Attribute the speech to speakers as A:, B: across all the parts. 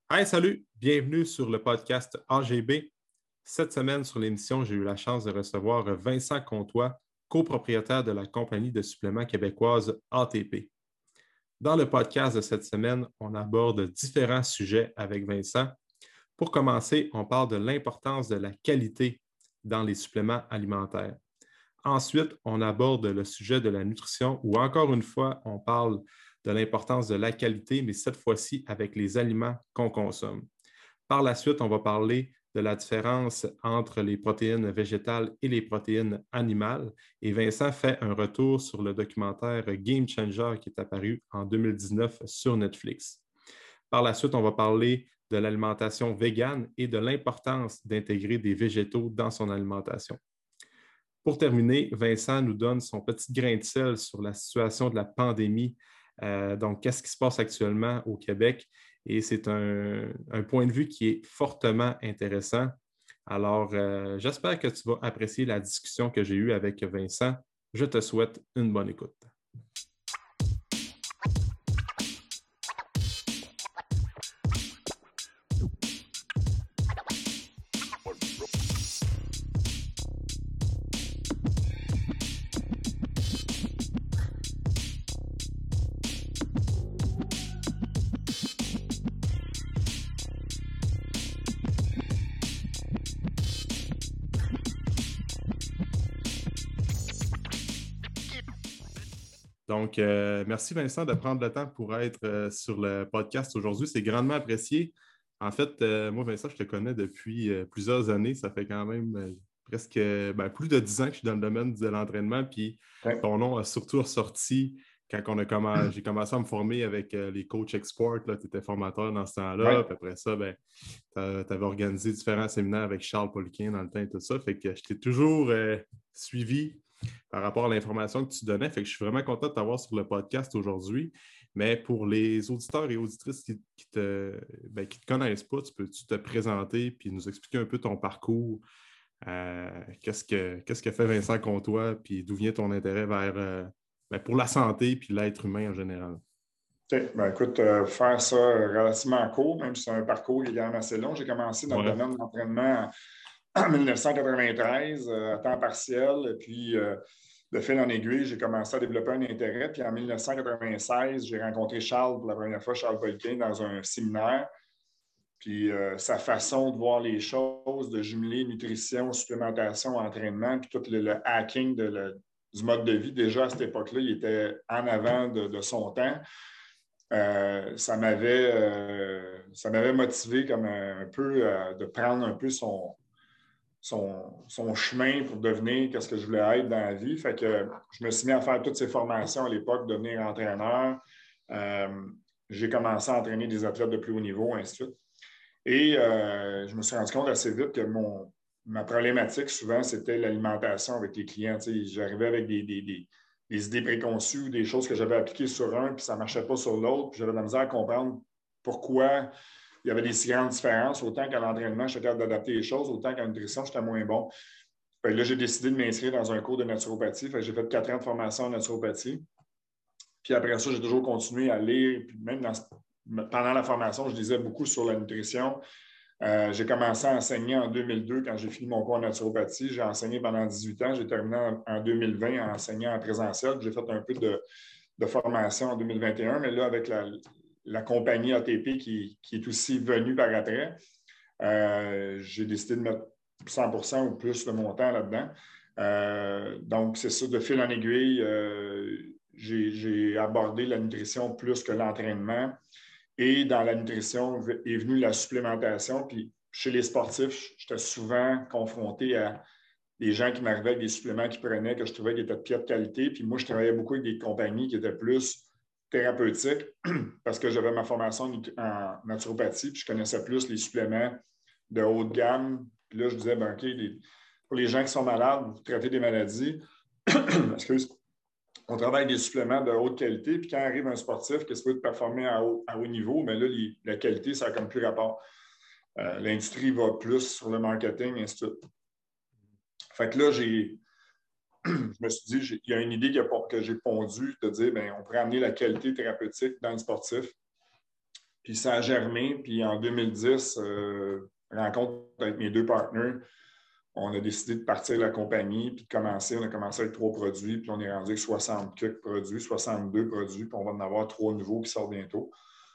A: Hey, salut! Bienvenue sur le podcast AGB. Cette semaine, sur l'émission, j'ai eu la chance de recevoir Vincent Comtois, copropriétaire de la compagnie de suppléments québécoise ATP. Dans le podcast de cette semaine, on aborde différents sujets avec Vincent. Pour commencer, on parle de l'importance de la qualité dans les suppléments alimentaires. Ensuite, on aborde le sujet de la nutrition où, encore une fois, on parle de l'importance de la qualité, mais cette fois-ci avec les aliments qu'on consomme. Par la suite, on va parler de la différence entre les protéines végétales et les protéines animales. Et Vincent fait un retour sur le documentaire Game Changer qui est apparu en 2019 sur Netflix. Par la suite, on va parler de l'alimentation végane et de l'importance d'intégrer des végétaux dans son alimentation. Pour terminer, Vincent nous donne son petit grain de sel sur la situation de la pandémie. Donc, qu'est-ce qui se passe actuellement au Québec? Et c'est un point de vue qui est fortement intéressant. Alors, j'espère que tu vas apprécier la discussion que j'ai eue avec Vincent. Je te souhaite une bonne écoute. Donc, merci Vincent de prendre le temps pour être sur le podcast aujourd'hui. C'est grandement apprécié. En fait, moi, Vincent, je te connais depuis plusieurs années. Ça fait quand même presque plus de 10 ans que je suis dans le domaine de l'entraînement. Puis
B: Ouais.
A: ton nom a surtout ressorti quand j'ai commencé à me former avec les coachs export. Tu étais formateur dans ce temps-là.
B: Ouais.
A: Puis après ça, tu avais organisé différents séminaires avec Charles Poliquin dans le temps et tout ça. Fait que je t'ai toujours suivi par rapport à l'information que tu donnais. Fait que je suis vraiment content de t'avoir sur le podcast aujourd'hui. Mais pour les auditeurs et auditrices qui te connaissent pas, peux-tu te présenter puis nous expliquer un peu ton parcours? Qu'est-ce que fait Vincent Comtois puis d'où vient ton intérêt vers pour la santé puis l'être humain en général?
B: OK. Écoute, faire ça relativement court, même si c'est un parcours qui est quand même assez long. J'ai commencé dans le
A: Ouais.
B: domaine de l'entraînement en 1993 à temps partiel. Puis, de fil en aiguille, j'ai commencé à développer un intérêt. Puis, en 1996, j'ai rencontré Charles pour la première fois, Charles Poliquin, dans un séminaire. Puis, sa façon de voir les choses, de jumeler nutrition, supplémentation, entraînement, puis tout le hacking du mode de vie, déjà à cette époque-là, il était en avant de son temps. Ça m'avait motivé comme un peu de prendre un peu son chemin pour devenir qu'est-ce que je voulais être dans la vie. Fait que je me suis mis à faire toutes ces formations à l'époque, devenir entraîneur. J'ai commencé à entraîner des athlètes de plus haut niveau, ainsi de suite. Et je me suis rendu compte assez vite que ma problématique, souvent, c'était l'alimentation avec les clients. J'arrivais avec des idées préconçues, des choses que j'avais appliquées sur un, puis ça ne marchait pas sur l'autre, puis j'avais de la misère à comprendre pourquoi il y avait des si grandes différences. Autant qu'à l'entraînement, j'étais capable d'adapter les choses, autant qu'à la nutrition, j'étais moins bon. Fait que là, j'ai décidé de m'inscrire dans un cours de naturopathie. Fait que j'ai fait 4 ans de formation en naturopathie. Puis après ça, j'ai toujours continué à lire. Puis même pendant la formation, je lisais beaucoup sur la nutrition. J'ai commencé à enseigner en 2002 quand j'ai fini mon cours en naturopathie. J'ai enseigné pendant 18 ans. J'ai terminé en 2020 en enseignant en présentiel. J'ai fait un peu de formation en 2021, mais là, avec la compagnie ATP qui est aussi venue par après, j'ai décidé de mettre 100% ou plus de montant là-dedans. Donc, c'est ça, de fil en aiguille, j'ai abordé la nutrition plus que l'entraînement. Et dans la nutrition est venue la supplémentation. Puis chez les sportifs, j'étais souvent confronté à des gens qui m'arrivaient avec des suppléments qu'ils prenaient que je trouvais qui étaient de piètre qualité. Puis moi, je travaillais beaucoup avec des compagnies qui étaient plus thérapeutiques parce que j'avais ma formation en naturopathie, puis je connaissais plus les suppléments de haut de gamme. Puis là, je disais, OK, pour les gens qui sont malades, vous traitez des maladies. Excuse. On travaille des suppléments de haute qualité, puis quand arrive un sportif qui veut performer à haut niveau, mais là, la qualité, ça n'a comme plus rapport. L'industrie va plus sur le marketing, et ainsi de suite. Fait que là, je me suis dit, il y a une idée que j'ai pondue de dire, on pourrait amener la qualité thérapeutique dans le sportif. Puis ça a germé. Puis en 2010, rencontre avec mes deux partenaires, on a décidé de partir la compagnie puis de commencer. On a commencé avec 3 produits, puis on est rendu avec 60 quelques produits, 62 produits, puis on va en avoir 3 nouveaux qui sortent bientôt.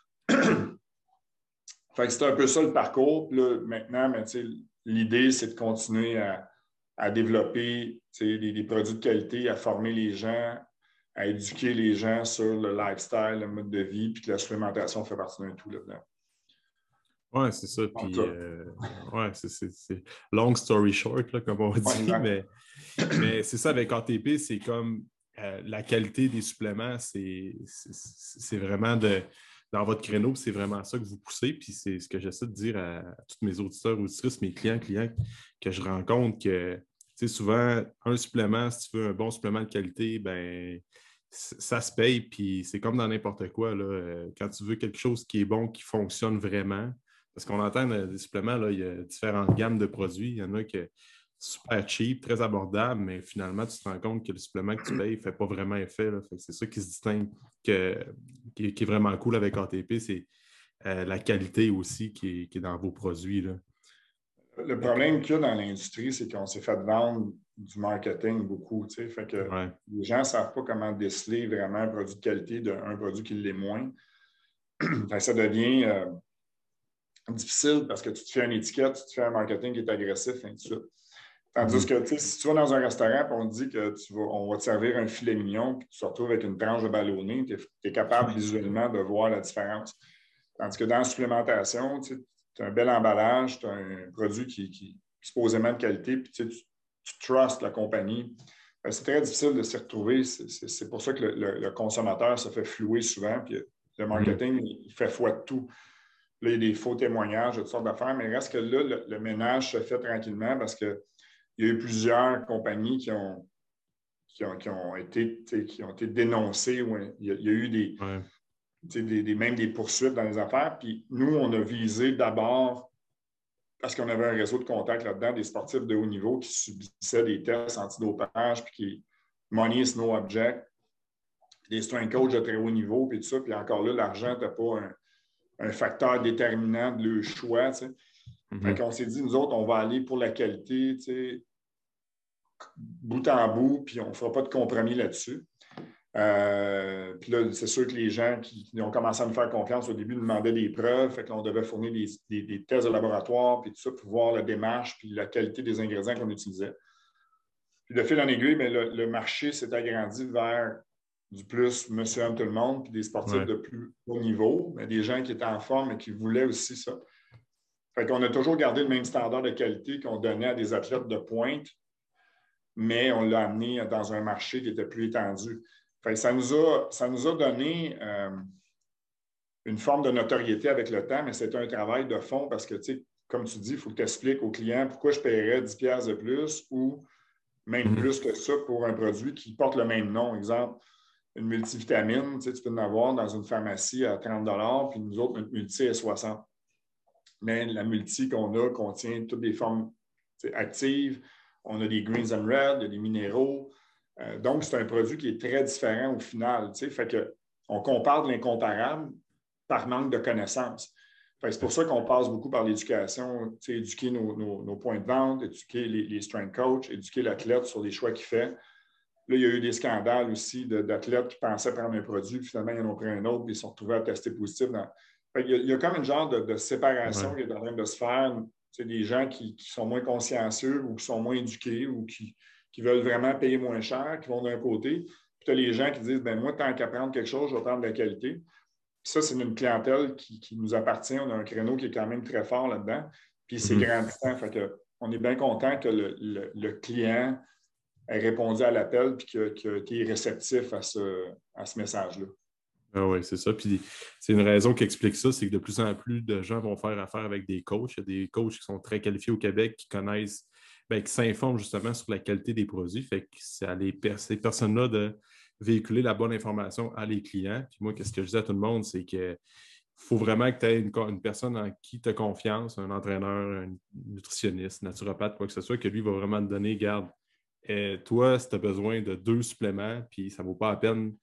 B: Fait que c'était un peu ça le parcours. Puis là, maintenant, l'idée, c'est de continuer à développer des produits de qualité, à former les gens, à éduquer les gens sur le lifestyle, le mode de vie, puis que la supplémentation fait partie d'un tout là-dedans.
A: Oui, c'est ça. Puis, ouais, c'est long story short, là, comme on dit, mais c'est ça avec ATP, c'est comme la qualité des suppléments, c'est vraiment dans votre créneau, c'est vraiment ça que vous poussez. Puis c'est ce que j'essaie de dire à tous mes auditeurs, auditrices, mes clients que je rencontre que souvent, un supplément, si tu veux un bon supplément de qualité, ben ça se paye. Puis c'est comme dans n'importe quoi. Là, quand tu veux quelque chose qui est bon, qui fonctionne vraiment, parce qu'on entend des suppléments, là, il y a différentes gammes de produits. Il y en a qui sont super cheap, très abordable, mais finalement, tu te rends compte que le supplément que tu payes ne fait pas vraiment effet. Là. Fait que c'est ça qui se distingue, qui est vraiment cool avec ATP, c'est la qualité aussi qui est dans vos produits. Là.
B: Le problème qu'il y a dans l'industrie, c'est qu'on s'est fait vendre du marketing beaucoup. Fait que les gens ne savent pas comment déceler vraiment un produit de qualité d'un produit qui l'est moins. Ça devient difficile parce que tu te fais une étiquette, tu te fais un marketing qui est agressif, et ainsi de suite. Tandis que si tu vas dans un restaurant et on te dit qu'on va te servir un filet mignon puis tu te retrouves avec une tranche de ballonné, tu es capable visuellement de voir la différence. Tandis que dans la supplémentation, tu as un bel emballage, tu as un produit qui est supposément de qualité, puis tu trustes la compagnie. C'est très difficile de s'y retrouver. C'est pour ça que le consommateur se fait flouer souvent, puis le marketing, il fait foi de tout. Là, il y a des faux témoignages, toutes sortes d'affaires, mais il reste que là, le ménage se fait tranquillement parce qu'il y a eu plusieurs compagnies qui ont été dénoncées. Il y a eu même des poursuites dans les affaires. Puis nous, on a visé d'abord, parce qu'on avait un réseau de contacts là-dedans, des sportifs de haut niveau qui subissaient des tests antidopage, puis qui money is no object, des strength coachs de très haut niveau, puis tout ça. Puis encore là, l'argent n'était pas un facteur déterminant de leur choix. Fait qu'on s'est dit, nous autres, on va aller pour la qualité, bout en bout, puis on ne fera pas de compromis là-dessus. Puis là, c'est sûr que les gens qui ont commencé à nous faire confiance au début nous demandaient des preuves, fait que là, on devait fournir des tests de laboratoire, puis tout ça, pour voir la démarche, puis la qualité des ingrédients qu'on utilisait. Puis de fil en aiguille, mais le marché s'est agrandi vers du plus monsieur, homme, tout le monde, puis des sportifs de plus haut niveau, mais des gens qui étaient en forme et qui voulaient aussi ça. Fait qu'on a toujours gardé le même standard de qualité qu'on donnait à des athlètes de pointe, mais on l'a amené dans un marché qui était plus étendu. Fait que ça nous a donné une forme de notoriété avec le temps, mais c'est un travail de fond parce que, comme tu dis, il faut que tu expliques aux clients pourquoi je paierais 10$ de plus ou même plus que ça pour un produit qui porte le même nom. Exemple, une multivitamine, tu peux en avoir dans une pharmacie à 30$, puis nous autres, notre multi est 60$. Mais la multi qu'on a contient toutes des formes actives. On a des greens and red, il y a des minéraux. Donc, c'est un produit qui est très différent au final. Fait qu'on compare de l'incomparable par manque de connaissances. C'est pour ça qu'on passe beaucoup par l'éducation, éduquer nos points de vente, éduquer les strength coachs, éduquer l'athlète sur les choix qu'il fait. Là, il y a eu des scandales aussi d'athlètes qui pensaient prendre un produit, puis finalement, ils en ont pris un autre, puis ils se sont retrouvés à tester positif. Il y a comme une genre de séparation qui est en train de se faire. Des gens qui sont moins consciencieux ou qui sont moins éduqués ou qui veulent vraiment payer moins cher, qui vont d'un côté. Puis tu as les gens qui disent, moi, tant qu'à prendre quelque chose, je vais prendre de la qualité. Puis ça, c'est une clientèle qui nous appartient. On a un créneau qui est quand même très fort là-dedans. Puis c'est grandissant. Fait que on est bien content que le client ait répondu à l'appel et qu'il ait été réceptif à ce message-là.
A: Ah oui, c'est ça. Puis c'est une raison qui explique ça, c'est que de plus en plus de gens vont faire affaire avec des coachs. Il y a des coachs qui sont très qualifiés au Québec, qui connaissent, qui s'informent justement sur la qualité des produits. Fait que c'est à ces personnes-là de véhiculer la bonne information à les clients. Puis moi, qu'est-ce que je dis à tout le monde, c'est que faut vraiment que tu aies une personne en qui tu as confiance, un entraîneur, un nutritionniste, naturopathe, quoi que ce soit, que lui va vraiment te donner, garde, toi, si tu as besoin de 2 suppléments, puis ça ne vaut pas la peine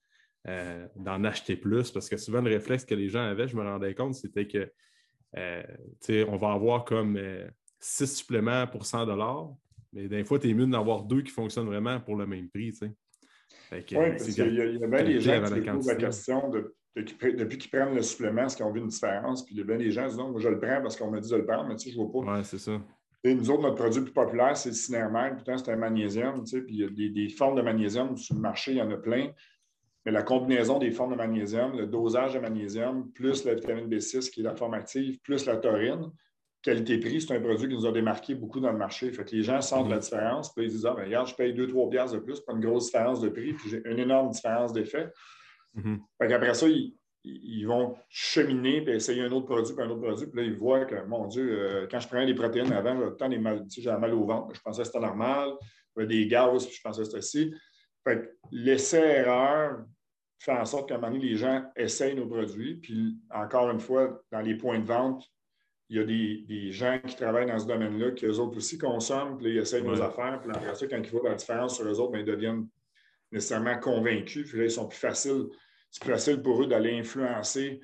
A: d'en acheter plus, parce que souvent, le réflexe que les gens avaient, je me rendais compte, c'était que on va avoir comme 6 suppléments pour 100 $, mais des fois, tu es mieux d'en avoir 2 qui fonctionnent vraiment pour le même prix. Fait que,
B: Oui,
A: c'est
B: parce qu'il y a bien des
A: qualité
B: gens
A: avant
B: qui
A: la
B: se posent la
A: quantité.
B: question depuis qu'ils prennent le supplément, est-ce qu'ils ont vu une différence? Puis il y a bien des gens qui disent non, moi je le prends parce qu'on m'a dit de le prendre, mais tu sais, je ne vois pas.
A: Ouais, c'est ça.
B: Et nous autres, notre produit le plus populaire, c'est le Cinermag, pourtant c'est un magnésium, tu sais, puis il y a des formes de magnésium sur le marché, il y en a plein. Mais la combinaison des formes de magnésium, le dosage de magnésium, plus la vitamine B6, qui est la forme active, plus la taurine, qualité-prix, c'est un produit qui nous a démarqué beaucoup dans le marché. Fait que les gens sentent la différence, puis ils disent, ah, ben, regarde, je paye 2-3 piastres de plus, pas une grosse différence de prix, puis j'ai une énorme différence d'effet. Fait qu'après ça, ils vont cheminer, puis essayer un autre produit, puis un autre produit, puis là, ils voient que, mon Dieu, quand je prenais des protéines avant, j'avais mal au ventre, je pensais que c'était normal, j'avais des gaz, puis je pensais que c'était ci. Fait que l'essai-erreur fait en sorte qu'à un moment donné, les gens essayent nos produits. Puis, encore une fois, dans les points de vente, il y a des gens qui travaillent dans ce domaine-là, qui eux autres aussi consomment, puis là, ils essayent nos affaires. Puis après ça, quand ils voient la différence sur eux autres, bien, ils deviennent nécessairement convaincus. Puis là, c'est plus facile pour eux d'aller influencer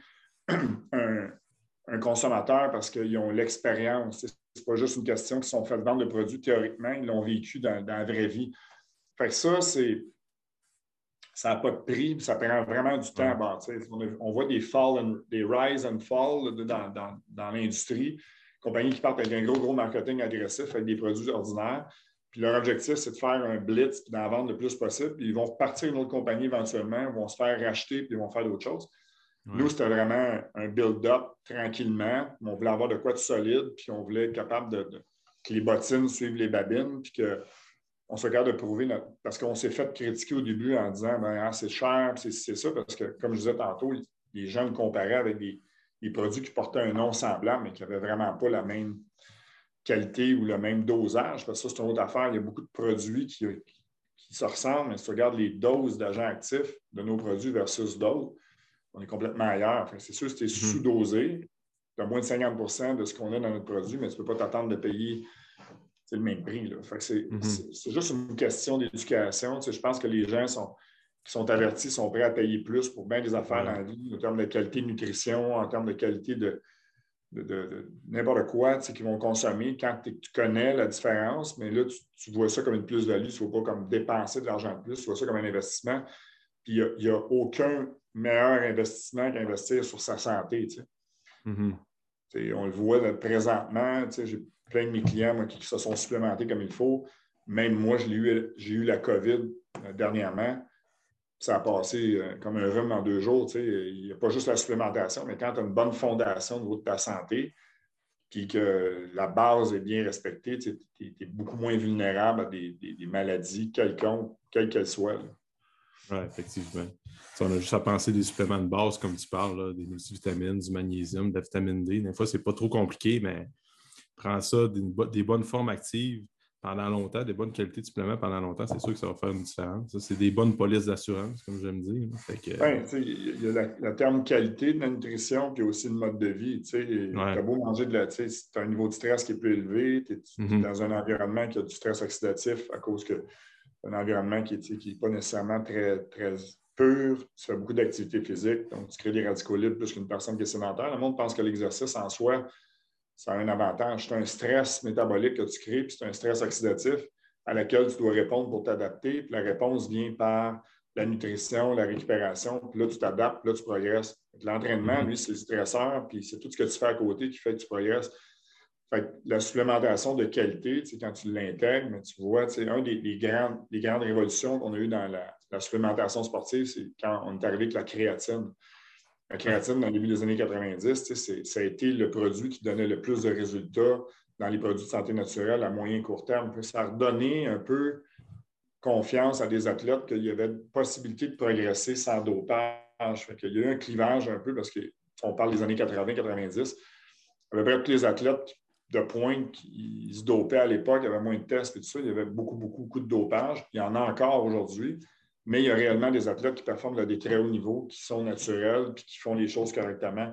B: un consommateur parce qu'ils ont l'expérience. C'est pas juste une question qu'ils sont fait vendre le produit théoriquement, ils l'ont vécu dans la vraie vie. Fait que ça n'a pas de prix, ça prend vraiment du temps à bâtir. On voit des rise and fall dans l'industrie, compagnies qui partent avec un gros marketing agressif avec des produits ordinaires. Puis leur objectif, c'est de faire un blitz et d'en vendre le plus possible. Puis ils vont repartir une autre compagnie éventuellement, ils vont se faire racheter puis ils vont faire d'autres choses. Ouais. Nous, c'était vraiment un build-up tranquillement. On voulait avoir de quoi de solide, puis on voulait être capable que les bottines suivent les babines, puis qu'on se regarde de prouver parce qu'on s'est fait critiquer au début en disant ben, c'est cher, c'est ça, parce que, comme je disais tantôt, les gens me comparaient avec des produits qui portaient un nom semblable, mais qui n'avaient vraiment pas la même qualité ou le même dosage, parce que ça, c'est une autre affaire. Il y a beaucoup de produits qui se ressemblent, mais si tu regardes les doses d'agents actifs de nos produits versus d'autres, on est complètement ailleurs. Enfin, c'est sûr que si tu es sous-dosé, tu as moins de 50 % de ce qu'on a dans notre produit, mais tu ne peux pas t'attendre de payer le même prix. Là. Fait que c'est juste une question d'éducation. Je pense que les gens qui sont avertis sont prêts à payer plus pour bien des affaires dans la vie, en termes de qualité de nutrition, en termes de qualité de n'importe quoi qu'ils vont consommer quand tu connais la différence, mais là, tu vois ça comme une plus-value, tu ne vois pas comme dépenser de l'argent de plus, tu vois ça comme un investissement. Puis il n'y a aucun meilleur investissement qu'investir sur sa santé. On le voit là, présentement, j'ai plein de mes clients moi, qui se sont supplémentés comme il faut. Même moi, j'ai eu la COVID dernièrement. Ça a passé comme un rhume en 2 jours. Il n'y a pas juste la supplémentation, mais quand tu as une bonne fondation au niveau de ta santé, puis que la base est bien respectée, tu es beaucoup moins vulnérable à des maladies quelconques, quelles qu'elles soient.
A: Oui, effectivement. On a juste à penser des suppléments de base, comme tu parles, là, des multivitamines, du magnésium, de la vitamine D. Des fois, c'est pas trop compliqué, mais prends ça, des bonnes formes actives pendant longtemps, des bonnes qualités de suppléments pendant longtemps, c'est sûr que ça va faire une différence. Ça, c'est des bonnes polices d'assurance, comme j'aime dire.
B: Il y a le terme qualité de la nutrition, puis aussi le mode de vie. Tu as beau manger tu as un niveau de stress qui est plus élevé, tu es dans un environnement qui a du stress oxydatif à cause que un environnement qui n'est pas nécessairement très, très pur. Tu fais beaucoup d'activité physique, donc tu crées des radicaux libres plus qu'une personne qui est sédentaire. Le monde pense que l'exercice en soi, ça a un avantage. C'est un stress métabolique que tu crées, puis c'est un stress oxydatif à laquelle tu dois répondre pour t'adapter. Puis la réponse vient par la nutrition, la récupération. Puis là, tu t'adaptes, puis là, tu progresses. L'entraînement, lui, c'est le stresseur, puis c'est tout ce que tu fais à côté qui fait que tu progresses. Fait que la supplémentation de qualité, quand tu l'intègres, mais tu vois, une des grandes révolutions qu'on a eues dans la supplémentation sportive, c'est quand on est arrivé avec la créatine. La créatine, dans le début des années 90, ça a été le produit qui donnait le plus de résultats dans les produits de santé naturelle à moyen et court terme. Ça a redonné un peu confiance à des athlètes qu'il y avait une possibilité de progresser sans dopage. Fait qu'il y a eu un clivage un peu parce qu'on parle des années 80-90. À peu près tous les athlètes de pointe qui se dopaient à l'époque, il y avait moins de tests et tout ça. Il y avait beaucoup de dopage. Il y en a encore aujourd'hui. Mais il y a réellement des athlètes qui performent à des très hauts niveaux, qui sont naturels et qui font les choses correctement.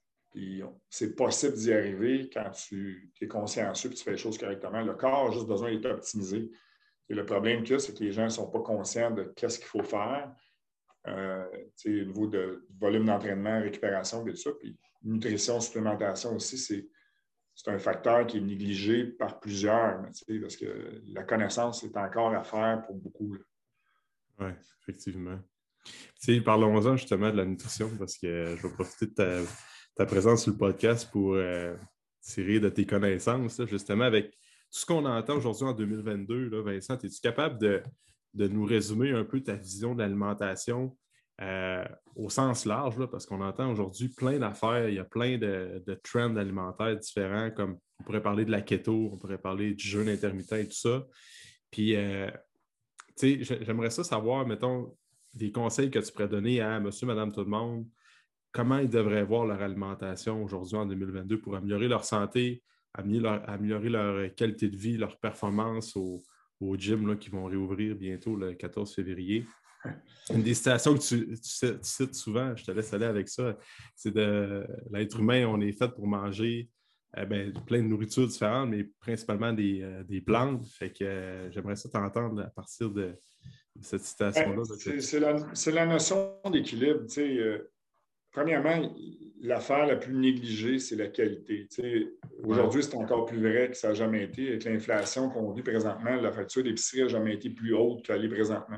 B: C'est possible d'y arriver quand tu es consciencieux et tu fais les choses correctement. Le corps a juste besoin d'être optimisé. Et le problème qu'il y a, c'est que les gens ne sont pas conscients de qu'est-ce qu'il faut faire. au niveau de volume d'entraînement, récupération, et tout ça. Puis nutrition, supplémentation aussi, c'est un facteur qui est négligé par plusieurs, parce que la connaissance est encore à faire pour beaucoup.
A: Oui, effectivement. Parlons-en justement de la nutrition, parce que je vais profiter de ta présence sur le podcast pour tirer de tes connaissances, là, justement, avec tout ce qu'on entend aujourd'hui en 2022. Là, Vincent, es-tu capable de nous résumer un peu ta vision de l'alimentation au sens large, là, parce qu'on entend aujourd'hui plein d'affaires, il y a plein de trends alimentaires différents, comme on pourrait parler de la keto, on pourrait parler du jeûne intermittent et tout ça. Puis, j'aimerais ça savoir, mettons, des conseils que tu pourrais donner à monsieur, madame, tout le monde, comment ils devraient voir leur alimentation aujourd'hui en 2022 pour améliorer leur santé, améliorer leur qualité de vie, leur performance au gym là, qui vont réouvrir bientôt le 14 février. Une des citations que tu cites souvent, je te laisse aller avec ça, c'est de l'être humain, on est fait pour manger plein de nourritures différentes, mais principalement des plantes. Fait que j'aimerais ça t'entendre à partir de cette citation-là.
B: C'est la notion d'équilibre. Premièrement, l'affaire la plus négligée, c'est la qualité. Aujourd'hui, c'est encore plus vrai que ça n'a jamais été. Avec l'inflation qu'on vit présentement, la facture d'épicerie n'a jamais été plus haute qu'elle est présentement.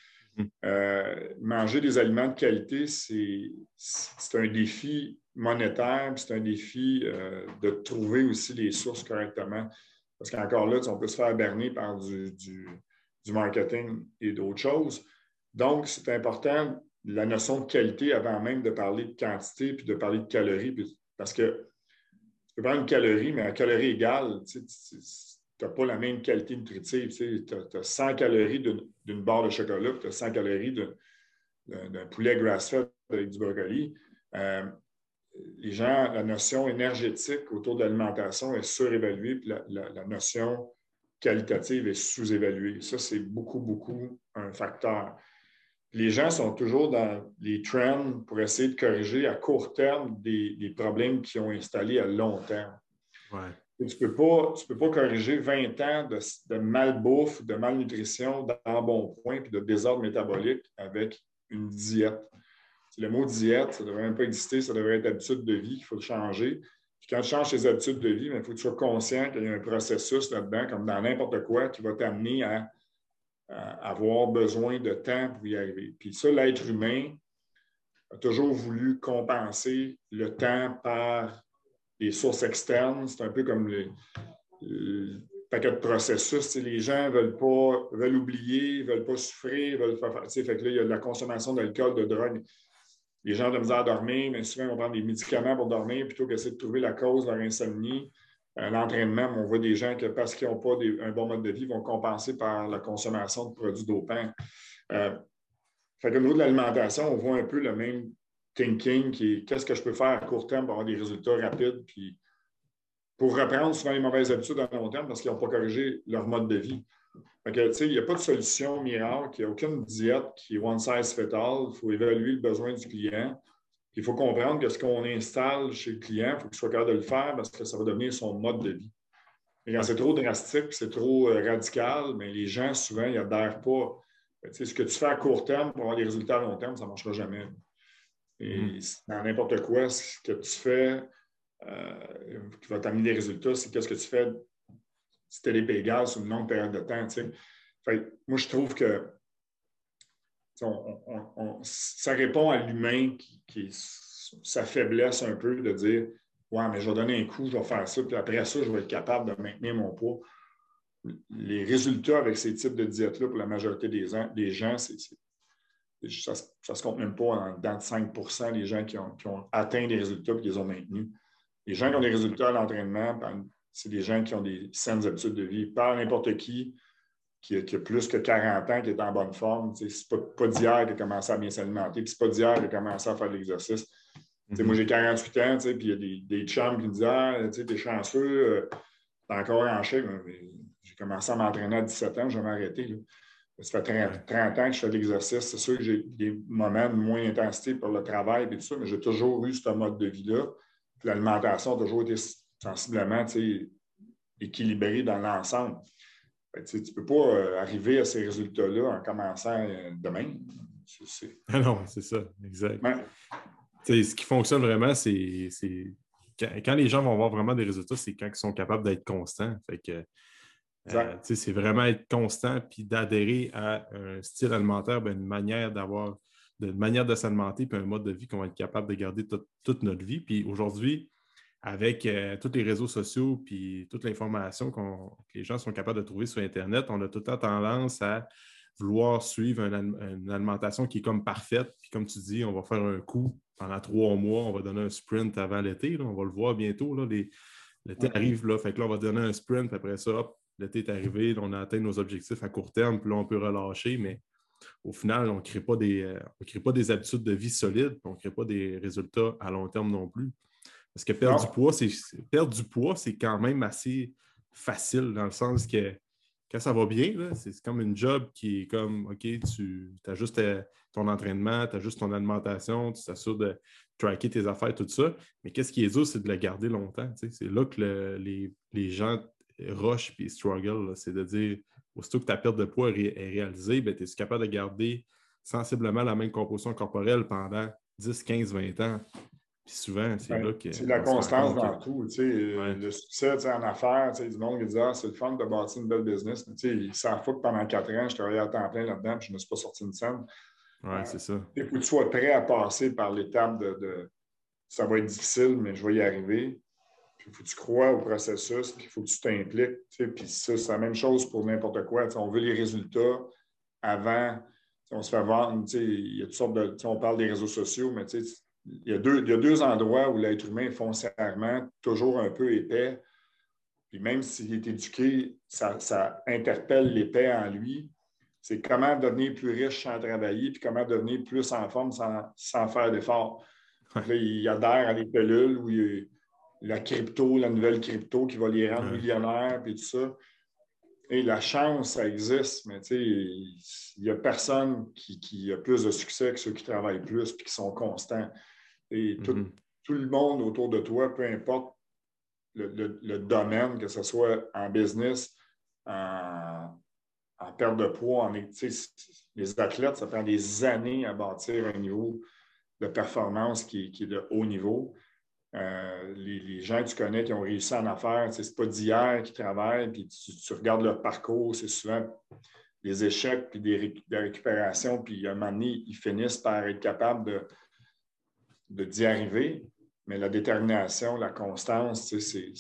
B: Manger des aliments de qualité, c'est un défi monétaire, puis c'est un défi de trouver aussi les sources correctement. Parce qu'encore là, on peut se faire berner par du marketing et d'autres choses. Donc, c'est important, la notion de qualité avant même de parler de quantité puis de parler de calories. Parce que tu peux prendre une calorie, mais à calorie égale, tu n'as pas la même qualité nutritive. Tu as 100 calories d'une barre de chocolat, puis tu as 100 calories d'un poulet grass-fed avec du brocoli. Les gens, la notion énergétique autour de l'alimentation est surévaluée, puis la notion qualitative est sous-évaluée. Ça, c'est beaucoup, beaucoup un facteur. Les gens sont toujours dans les trends pour essayer de corriger à court terme des problèmes qu'ils ont installés à long terme.
A: Ouais.
B: Tu ne peux pas corriger 20 ans de malbouffe, de malnutrition, d'embonpoint puis de désordre métabolique avec une diète. Le mot diète, ça ne devrait même pas exister, ça devrait être habitude de vie qu'il faut changer. Puis quand tu changes tes habitudes de vie, il faut que tu sois conscient qu'il y a un processus là-dedans, comme dans n'importe quoi, qui va t'amener à avoir besoin de temps pour y arriver. Puis ça, l'être humain a toujours voulu compenser le temps par des sources externes. C'est un peu comme le paquet de processus. Les gens veulent oublier, ne veulent pas souffrir, veulent faire. Fait que là, il y a de la consommation d'alcool, de drogue. Les gens ont de la misère à dormir, mais souvent, on prend des médicaments pour dormir plutôt qu'essayer de trouver la cause de leur insomnie. L'entraînement, on voit des gens que parce qu'ils n'ont pas un bon mode de vie, vont compenser par la consommation de produits dopants. Fait qu'au niveau de l'alimentation, on voit un peu le même thinking qui est qu'est-ce que je peux faire à court terme pour avoir des résultats rapides, puis pour reprendre souvent les mauvaises habitudes à long terme parce qu'ils n'ont pas corrigé leur mode de vie. Fait que, il n'y a pas de solution miracle, il n'y a aucune diète qui est one size fit all. Il faut évaluer le besoin du client. Il faut comprendre que ce qu'on installe chez le client, il faut qu'il soit capable de le faire parce que ça va devenir son mode de vie. Et quand c'est trop drastique, c'est trop radical, mais les gens, souvent, ils n'adhèrent pas. Ce que tu fais à court terme pour avoir des résultats à long terme, ça ne marchera jamais. Et dans n'importe quoi, ce que tu fais qui va t'amener des résultats, c'est qu'est-ce que tu fais si tu es l'épée égale sur une longue période de temps. Fait, moi, je trouve que ça répond à l'humain qui est sa faiblesse un peu de dire « Ouais, mais je vais donner un coup, je vais faire ça, puis après ça, je vais être capable de maintenir mon poids. » Les résultats avec ces types de diètes-là, pour la majorité des gens, ça ne se compte même pas dans 5 % des gens qui ont atteint des résultats et qui les ont maintenus. Les gens qui ont des résultats à l'entraînement, c'est des gens qui ont des saines habitudes de vie. Pas n'importe qui a plus que 40 ans, qui est en bonne forme. C'est pas d'hier qu'il a commencé à bien s'alimenter, puis c'est pas d'hier qu'il a commencé à faire de l'exercice. Moi, j'ai 48 ans, puis il y a des chums qui me disent « Ah, t'es chanceux, t'es encore en chèque. » J'ai commencé à m'entraîner à 17 ans, je vais m'arrêter. Là. Ça fait 30 ans que je fais de l'exercice. C'est sûr que j'ai des moments de moins d'intensité pour le travail et tout ça, mais j'ai toujours eu ce mode de vie-là. Puis l'alimentation a toujours été sensiblement équilibrée dans l'ensemble. Tu ne peux pas arriver à ces résultats-là en commençant demain.
A: Ah non, c'est ça, exact.
B: Ouais.
A: Ce qui fonctionne vraiment, c'est quand les gens vont voir vraiment des résultats, c'est quand ils sont capables d'être constants. Fait que, c'est vraiment être constant puis d'adhérer à un style alimentaire, une manière de s'alimenter puis un mode de vie qu'on va être capable de garder toute notre vie. Puis aujourd'hui, avec tous les réseaux sociaux puis toute l'information que les gens sont capables de trouver sur Internet, on a tout le temps tendance à vouloir suivre une alimentation qui est comme parfaite. Puis comme tu dis, on va faire un coup pendant 3 mois, on va donner un sprint avant l'été. On va le voir bientôt. Là, l'été arrive, là, fait que là, on va donner un sprint, puis après ça, hop, l'été est arrivé, là, on a atteint nos objectifs à court terme, puis là, on peut relâcher, mais au final, on ne crée pas des habitudes de vie solides, puis on ne crée pas des résultats à long terme non plus. Parce que perdre du poids, c'est quand même assez facile dans le sens que quand ça va bien, là, c'est comme une job qui est comme, OK, tu ajustes ton entraînement, tu ajustes ton alimentation, tu t'assures de tracker tes affaires, tout ça. Mais qu'est-ce qui est dur, c'est de le garder longtemps. C'est là que les gens rushent et struggle. C'est de dire, aussitôt que ta perte de poids est réalisée, ben, tu es capable de garder sensiblement la même composition corporelle pendant 10, 15, 20 ans. Puis souvent, c'est là
B: C'est la
A: qu'on se rend
B: constance
A: compte
B: dans tout.
A: ouais.
B: Le succès en affaires, du monde qui dit c'est le fun de bâtir une belle business. Mais ils s'en foutent que pendant 4 ans, je travaillais à temps plein là-dedans et je ne me suis pas sorti une scène.
A: Oui, c'est ça.
B: Il faut que tu sois prêt à passer par l'étape de ça va être difficile, mais je vais y arriver. Puis il faut que tu crois au processus, puis il faut que tu t'impliques. Puis ça, c'est la même chose pour n'importe quoi. On veut les résultats avant. On se fait vendre. Il y a toutes sortes de. On parle des réseaux sociaux, mais il y a deux endroits où l'être humain est foncièrement toujours un peu épais. Puis même s'il est éduqué, ça interpelle l'épais en lui. C'est comment devenir plus riche sans travailler, puis comment devenir plus en forme sans faire d'efforts.
A: Ouais.
B: Là, il adhère à des pilules où il y a la crypto, la nouvelle crypto qui va les rendre millionnaires, puis tout ça. Et la chance, ça existe, mais il n'y a personne qui a plus de succès que ceux qui travaillent plus et qui sont constants. Et tout le monde autour de toi, peu importe le domaine, que ce soit en business, en perte de poids, les athlètes, ça prend des années à bâtir un niveau de performance qui est de haut niveau. Les gens que tu connais qui ont réussi en affaires, c'est pas d'hier qu'ils travaillent, puis tu regardes leur parcours, c'est souvent des échecs, puis des récupérations, puis à un moment donné, ils finissent par être capables d'y arriver. Mais la détermination, la constance,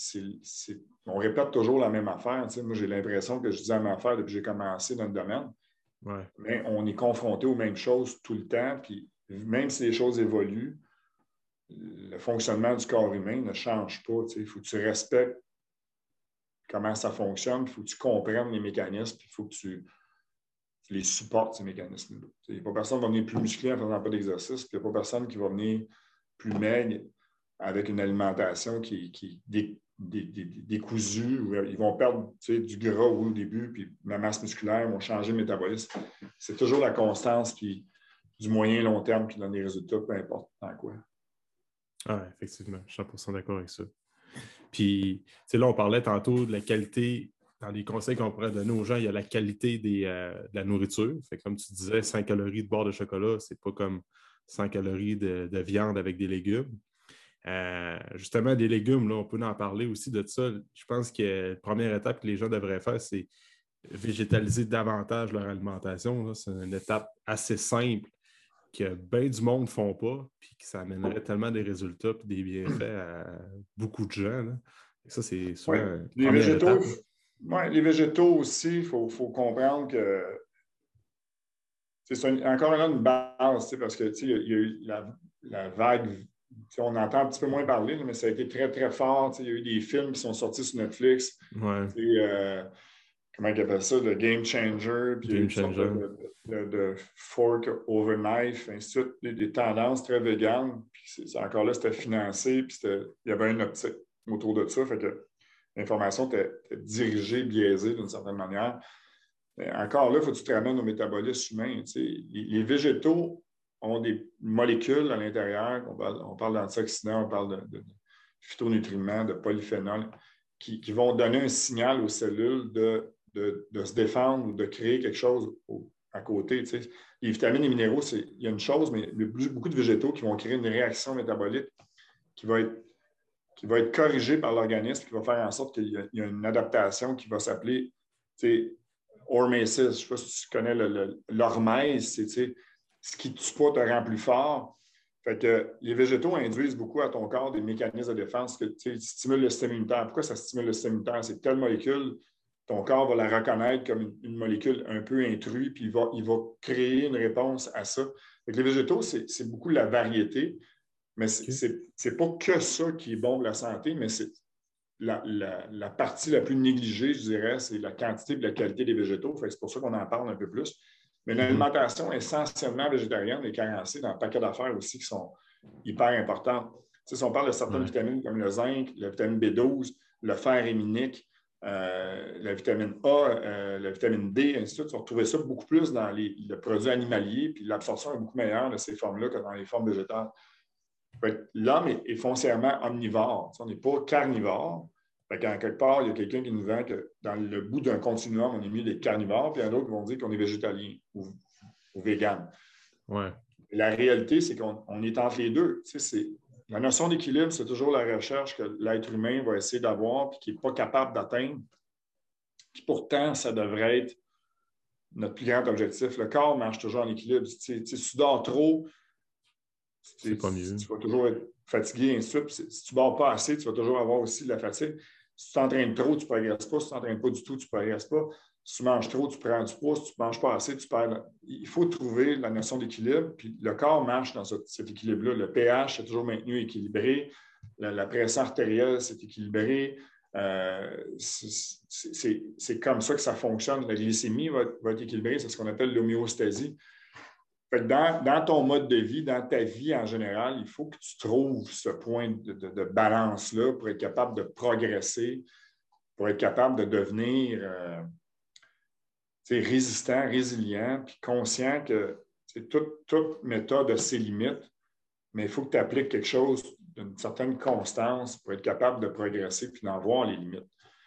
B: on répète toujours la même affaire. Moi, j'ai l'impression que je dis la même affaire depuis que j'ai commencé dans le domaine.
A: Ouais.
B: Mais on est confronté aux mêmes choses tout le temps, puis même si les choses évoluent, le fonctionnement du corps humain ne change pas. Il faut que tu respectes comment ça fonctionne, il faut que tu comprennes les mécanismes, il faut que tu les supportes, ces mécanismes-là. Il n'y a pas personne qui va venir plus musclé en ne faisant pas d'exercice, puis il n'y a pas personne qui va venir plus maigre avec une alimentation qui est décousue. Ils vont perdre du gras au début, puis la masse musculaire, ils vont changer le métabolisme. C'est toujours la constance puis du moyen et long terme qui donne des résultats, peu importe dans quoi.
A: Ah, effectivement, je suis 100% d'accord avec ça. Puis, là, on parlait tantôt de la qualité, dans les conseils qu'on pourrait donner aux gens, il y a la qualité de la nourriture. Fait que, comme tu disais, 100 calories de barre de chocolat, c'est pas comme 100 calories de viande avec des légumes. Justement, des légumes, là, on peut en parler aussi de ça. Je pense que la première étape que les gens devraient faire, c'est végétaliser davantage leur alimentation. Là. C'est une étape assez simple que bien du monde ne font pas, puis que ça amènerait tellement des résultats et des bienfaits à beaucoup de gens. Là. Et ça, c'est souvent une première étape.
B: Les végétaux aussi, il faut comprendre que c'est encore une base, parce que il y a eu la vague, on entend un petit peu moins parler, mais ça a été très, très fort. Il y a eu des films qui sont sortis sur Netflix.
A: Ouais.
B: Comment ils appellent ça, le Game Changer, puis il y a eu une sorte de fork over knife, ainsi de suite, des tendances très véganes. Puis encore là, c'était financé, puis il y avait une optique autour de ça. Fait que l'information était dirigée, biaisée d'une certaine manière. Mais encore là, il faut que tu te ramènes au métabolisme humain. Les végétaux ont des molécules à l'intérieur. On parle d'antioxydants, on parle de phytonutriments, de polyphénols, qui vont donner un signal aux cellules de se défendre ou de créer quelque chose à côté. Tu sais. Les vitamines et minéraux, il y a une chose, mais il y a beaucoup de végétaux qui vont créer une réaction métabolique qui va être corrigée par l'organisme, qui va faire en sorte qu'il y a une adaptation qui va s'appeler hormesis. Je ne sais pas si tu connais l'hormèse, c'est ce qui ne tue pas te rend plus fort. Fait que les végétaux induisent beaucoup à ton corps des mécanismes de défense qui stimulent le système immunitaire. Pourquoi ça stimule le système immunitaire? C'est telle molécule, ton corps va la reconnaître comme une molécule un peu intruse, puis il va créer une réponse à ça. Fait que les végétaux, c'est beaucoup la variété, mais c'est pas que ça qui est bon pour la santé, mais c'est la partie la plus négligée, je dirais, c'est la quantité et la qualité des végétaux. Fait que c'est pour ça qu'on en parle un peu plus. Mais une alimentation essentiellement végétarienne est carencée dans un paquet d'affaires aussi qui sont hyper importantes. Tu sais, si on parle de certaines vitamines comme le zinc, la vitamine B12, le fer héminique, la vitamine A, la vitamine D, ainsi de suite, tu vas retrouver ça beaucoup plus dans le produit animalier, puis l'absorption est beaucoup meilleure de ces formes-là que dans les formes végétales. L'homme est foncièrement omnivore. On n'est pas carnivore. En quelque part, il y a quelqu'un qui nous vend que dans le bout d'un continuum, on est mieux des carnivores, puis il y en a d'autres qui vont dire qu'on est végétalien ou vegan.
A: Ouais.
B: La réalité, c'est qu'on est entre les deux. La notion d'équilibre, c'est toujours la recherche que l'être humain va essayer d'avoir puis qu'il n'est pas capable d'atteindre. Puis pourtant, ça devrait être notre plus grand objectif. Le corps marche toujours en équilibre. Si tu dors trop,
A: c'est pas mieux.
B: Tu vas toujours être fatigué, ainsi de suite. Si tu ne dors pas assez, tu vas toujours avoir aussi de la fatigue. Si tu t'entraînes trop, tu ne progresses pas. Si tu ne t'entraînes pas du tout, tu ne progresses pas. Si tu manges trop, tu prends du poids. Si tu ne manges pas assez, tu perds. Il faut trouver la notion d'équilibre. Puis le corps marche dans cet équilibre-là. Le pH est toujours maintenu équilibré. La pression artérielle, c'est équilibré. C'est comme ça que ça fonctionne. La glycémie va être équilibrée. C'est ce qu'on appelle l'homéostasie. Dans ton mode de vie, dans ta vie en général, il faut que tu trouves ce point de balance-là pour être capable de progresser, pour être capable de devenir résistant, résilient, puis conscient que toute méthode a ses limites, mais il faut que tu appliques quelque chose d'une certaine constance pour être capable de progresser puis d'en voir les limites.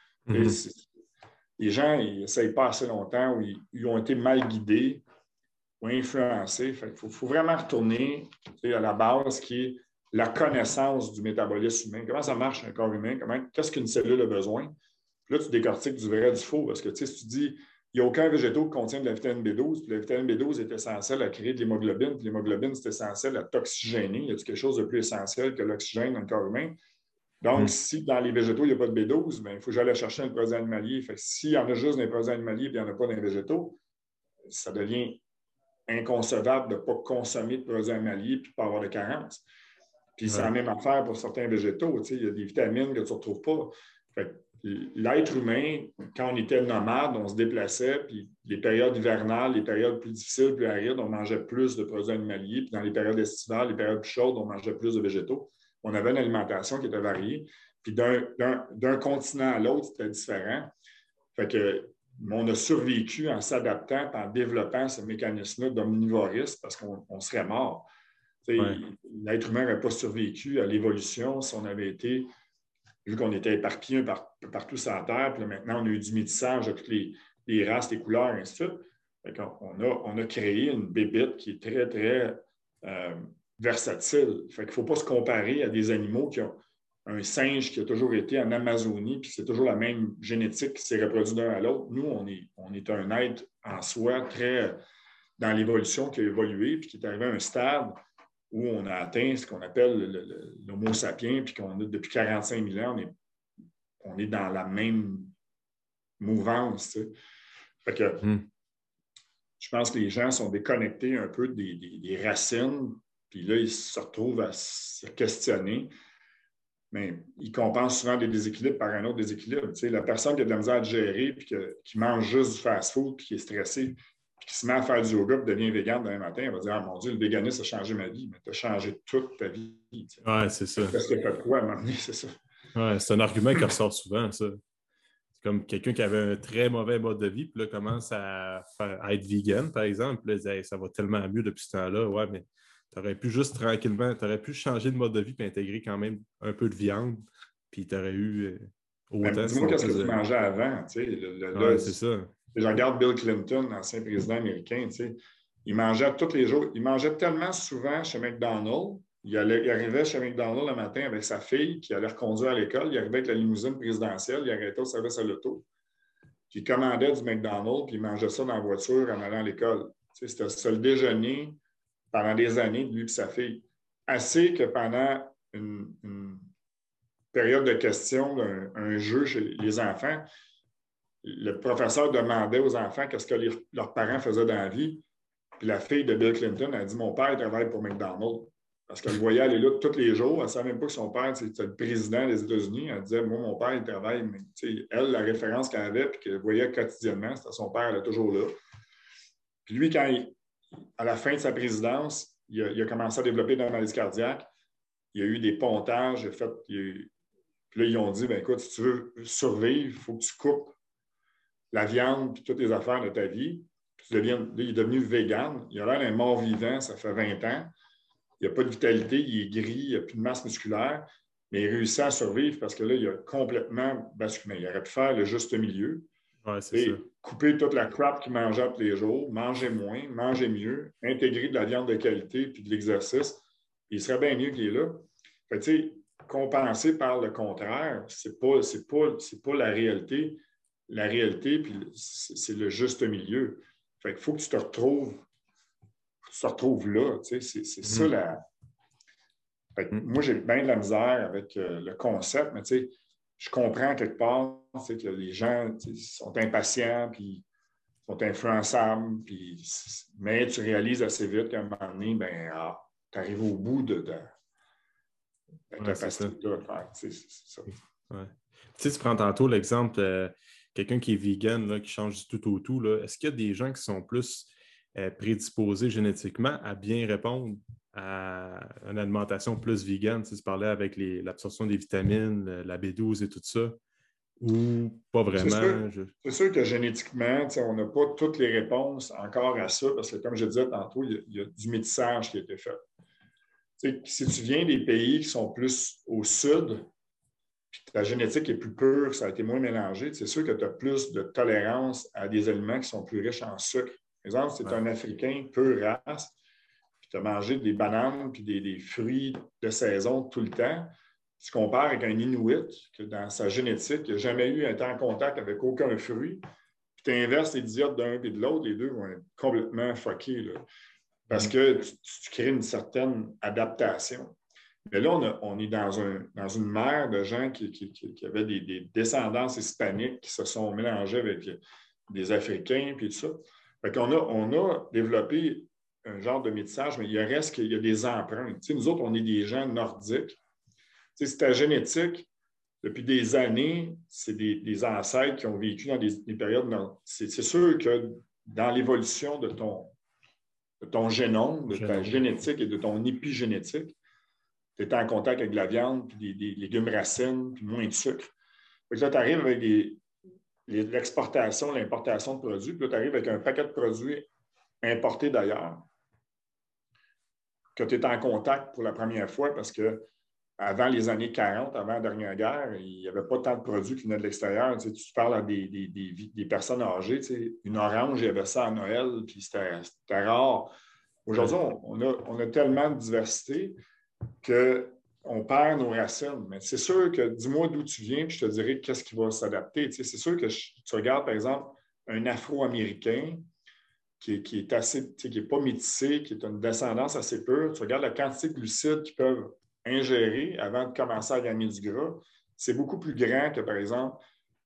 B: Les gens, ils n'essayent pas assez longtemps ou ils ont été mal guidés ou influencés. Il faut vraiment retourner à la base qui est la connaissance du métabolisme humain. Comment ça marche un corps humain? Qu'est-ce qu'une cellule a besoin? Puis là, tu décortiques du vrai du faux parce que si tu dis il n'y a aucun végétaux qui contient de la vitamine B12, puis la vitamine B12 est essentielle à créer de l'hémoglobine, puis l'hémoglobine, c'est essentiel à t'oxygéner. Il y a quelque chose de plus essentiel que l'oxygène dans le corps humain? Donc, si dans les végétaux, il n'y a pas de B12, bien, il faut que j'aille chercher un produit animalier. Fait que s'il y en a juste dans les produits animaliers et il n'y en a pas dans les végétaux, ça devient inconcevable de ne pas consommer de produits animaliers et de ne pas avoir de carence. Puis c'est la même affaire pour certains végétaux. Il y a des vitamines que tu ne retrouves pas. Fait l'être humain, quand on était nomade, on se déplaçait, puis les périodes hivernales, les périodes plus difficiles, plus arides, on mangeait plus de produits animaliers, puis dans les périodes estivales, les périodes plus chaudes, on mangeait plus de végétaux. On avait une alimentation qui était variée, puis d'un continent à l'autre, c'était différent. Fait que on a survécu en s'adaptant et en développant ce mécanisme-là d'omnivorisme parce qu'on serait mort. L'être humain n'aurait pas survécu à l'évolution si on avait été, vu qu'on était éparpillés partout sur la Terre, puis là, maintenant on a eu du métissage de toutes les races, les couleurs, et ainsi de suite. On a créé une bébite qui est très, très versatile. Fait qu'il ne faut pas se comparer à des animaux qui ont un singe qui a toujours été en Amazonie, puis c'est toujours la même génétique qui s'est reproduite d'un à l'autre. Nous, on est un être en soi très dans l'évolution qui a évolué, puis qui est arrivé à un stade où on a atteint ce qu'on appelle l'homo sapiens, puis qu'on a depuis 45 000 ans, on est dans la même mouvance. Fait que je pense que les gens sont déconnectés un peu des racines, puis là, ils se retrouvent à se questionner. Mais ils compensent souvent des déséquilibres par un autre déséquilibre. La personne qui a de la misère à gérer, puis qui mange juste du fast-food, puis qui est stressée, puis qui se met à faire du yoga, puis devient végane demain matin, elle va dire « Ah mon Dieu, le véganisme a changé ma vie. » Mais tu as changé toute ta vie.
A: Oui, c'est ça.
B: Parce que tu as fait quoi à un moment donné, c'est ça.
A: Ouais, c'est un argument qui ressort souvent, ça. C'est comme quelqu'un qui avait un très mauvais mode de vie, puis là, commence à être vegan, par exemple. Puis là, ça va tellement mieux depuis ce temps-là. Ouais, mais tu aurais pu juste tranquillement, tu aurais pu changer de mode de vie et intégrer quand même un peu de viande, puis tu aurais eu autant.
B: Dis-moi qu'est-ce que tu mangeais avant.
A: Ouais, c'est ça.
B: Je regarde Bill Clinton, l'ancien président américain, tu sais, il mangeait tous les jours. Il mangeait tellement souvent chez McDonald's. Il arrivait chez McDonald's le matin avec sa fille qui allait reconduire à l'école. Il arrivait avec la limousine présidentielle. Il arrêtait au service à l'auto. Puis il commandait du McDonald's, puis il mangeait ça dans la voiture en allant à l'école. Tu sais, c'était ça le déjeuner pendant des années de lui et sa fille. Assez que pendant une période de questions, un jeu chez les enfants, le professeur demandait aux enfants qu'est-ce que leurs parents faisaient dans la vie. Puis la fille de Bill Clinton a dit « Mon père travaille pour McDonald's. » Parce qu'elle le voyait aller là tous les jours. Elle ne savait même pas que son père, c'était le président des États-Unis. Elle disait « Moi, mon père, il travaille. » Mais elle, la référence qu'elle avait et qu'elle voyait quotidiennement, c'était son père, elle est toujours là. Puis lui, à la fin de sa présidence, il a commencé à développer une maladie cardiaque. Il y a eu des pontages. Puis là, ils ont dit « Écoute, si tu veux survivre, il faut que tu coupes la viande et toutes les affaires de ta vie. » Il est devenu vegan. Il a l'air d'un mort-vivant, ça fait 20 ans. Il n'a pas de vitalité, il est gris, il n'a plus de masse musculaire, mais il réussit à survivre parce que là, il a complètement basculé. Il aurait pu faire le juste milieu.
A: Ouais, c'est ça.
B: Couper toute la crap qu'il mangeait tous les jours, manger moins, manger mieux, intégrer de la viande de qualité puis de l'exercice. Il serait bien mieux qu'il est là. Fait que, tu sais, compenser par le contraire, c'est pas la réalité. La réalité, puis c'est le juste milieu. Fait qu'il faut que tu te retrouves là. Tu sais, c'est ça la. Fait que moi, j'ai bien de la misère avec le concept, mais tu sais, je comprends quelque part que les gens sont impatients, puis sont influençables, mais tu réalises assez vite qu'à un moment donné, tu arrives au bout de ta capacité de faire. C'est ça.
A: Ouais. Tu sais, tu prends tantôt l'exemple, quelqu'un qui est vegan, là, qui change du tout au tout. Là, est-ce qu'il y a des gens qui sont plus prédisposés génétiquement à bien répondre à une alimentation plus vegan? Tu parlais avec l'absorption des vitamines, la B12 et tout ça, ou pas vraiment?
B: C'est sûr que génétiquement, on n'a pas toutes les réponses encore à ça, parce que comme je disais tantôt, il y a du métissage qui a été fait. Si tu viens des pays qui sont plus au sud, puis ta génétique est plus pure, ça a été moins mélangé, c'est sûr que tu as plus de tolérance à des aliments qui sont plus riches en sucre. Par exemple, si tu es un Africain pur race, puis tu as mangé des bananes puis des fruits de saison tout le temps, tu compares avec un Inuit que dans sa génétique, il n'a jamais été en contact avec aucun fruit, puis tu inverses les diètes d'un et de l'autre, les deux vont être complètement fuckés, là, parce que tu crées une certaine adaptation. Mais là, on est dans une mer de gens qui avaient des descendances hispaniques qui se sont mélangés avec des Africains, puis tout ça. Fait qu'on on a développé un genre de métissage, mais il reste qu'il y a des empreintes. Tu sais, nous autres, on est des gens nordiques. Tu sais, c'est ta génétique. Depuis des années, c'est des ancêtres qui ont vécu dans des périodes. C'est sûr que dans l'évolution de ton génome, de ta génétique et de ton épigénétique, tu es en contact avec de la viande, puis des légumes racines, puis moins de sucre. Fait que là, tu arrives avec l'exportation, l'importation de produits, puis là, tu arrives avec un paquet de produits importés d'ailleurs, que tu es en contact pour la première fois parce que avant les années 40, avant la dernière guerre, il n'y avait pas tant de produits qui venaient de l'extérieur. Tu parles à des personnes âgées. Une orange, il y avait ça à Noël, puis c'était rare. Aujourd'hui, on a tellement de diversité qu'on perd nos racines. Mais c'est sûr que dis-moi d'où tu viens, puis je te dirai qu'est-ce qui va s'adapter. C'est sûr que tu regardes, par exemple, un Afro-Américain qui est assez, qui n'est pas métissé, qui est une descendance assez pure. Tu regardes la quantité de glucides qu'ils peuvent ingérer avant de commencer à gagner du gras. C'est beaucoup plus grand que, par exemple,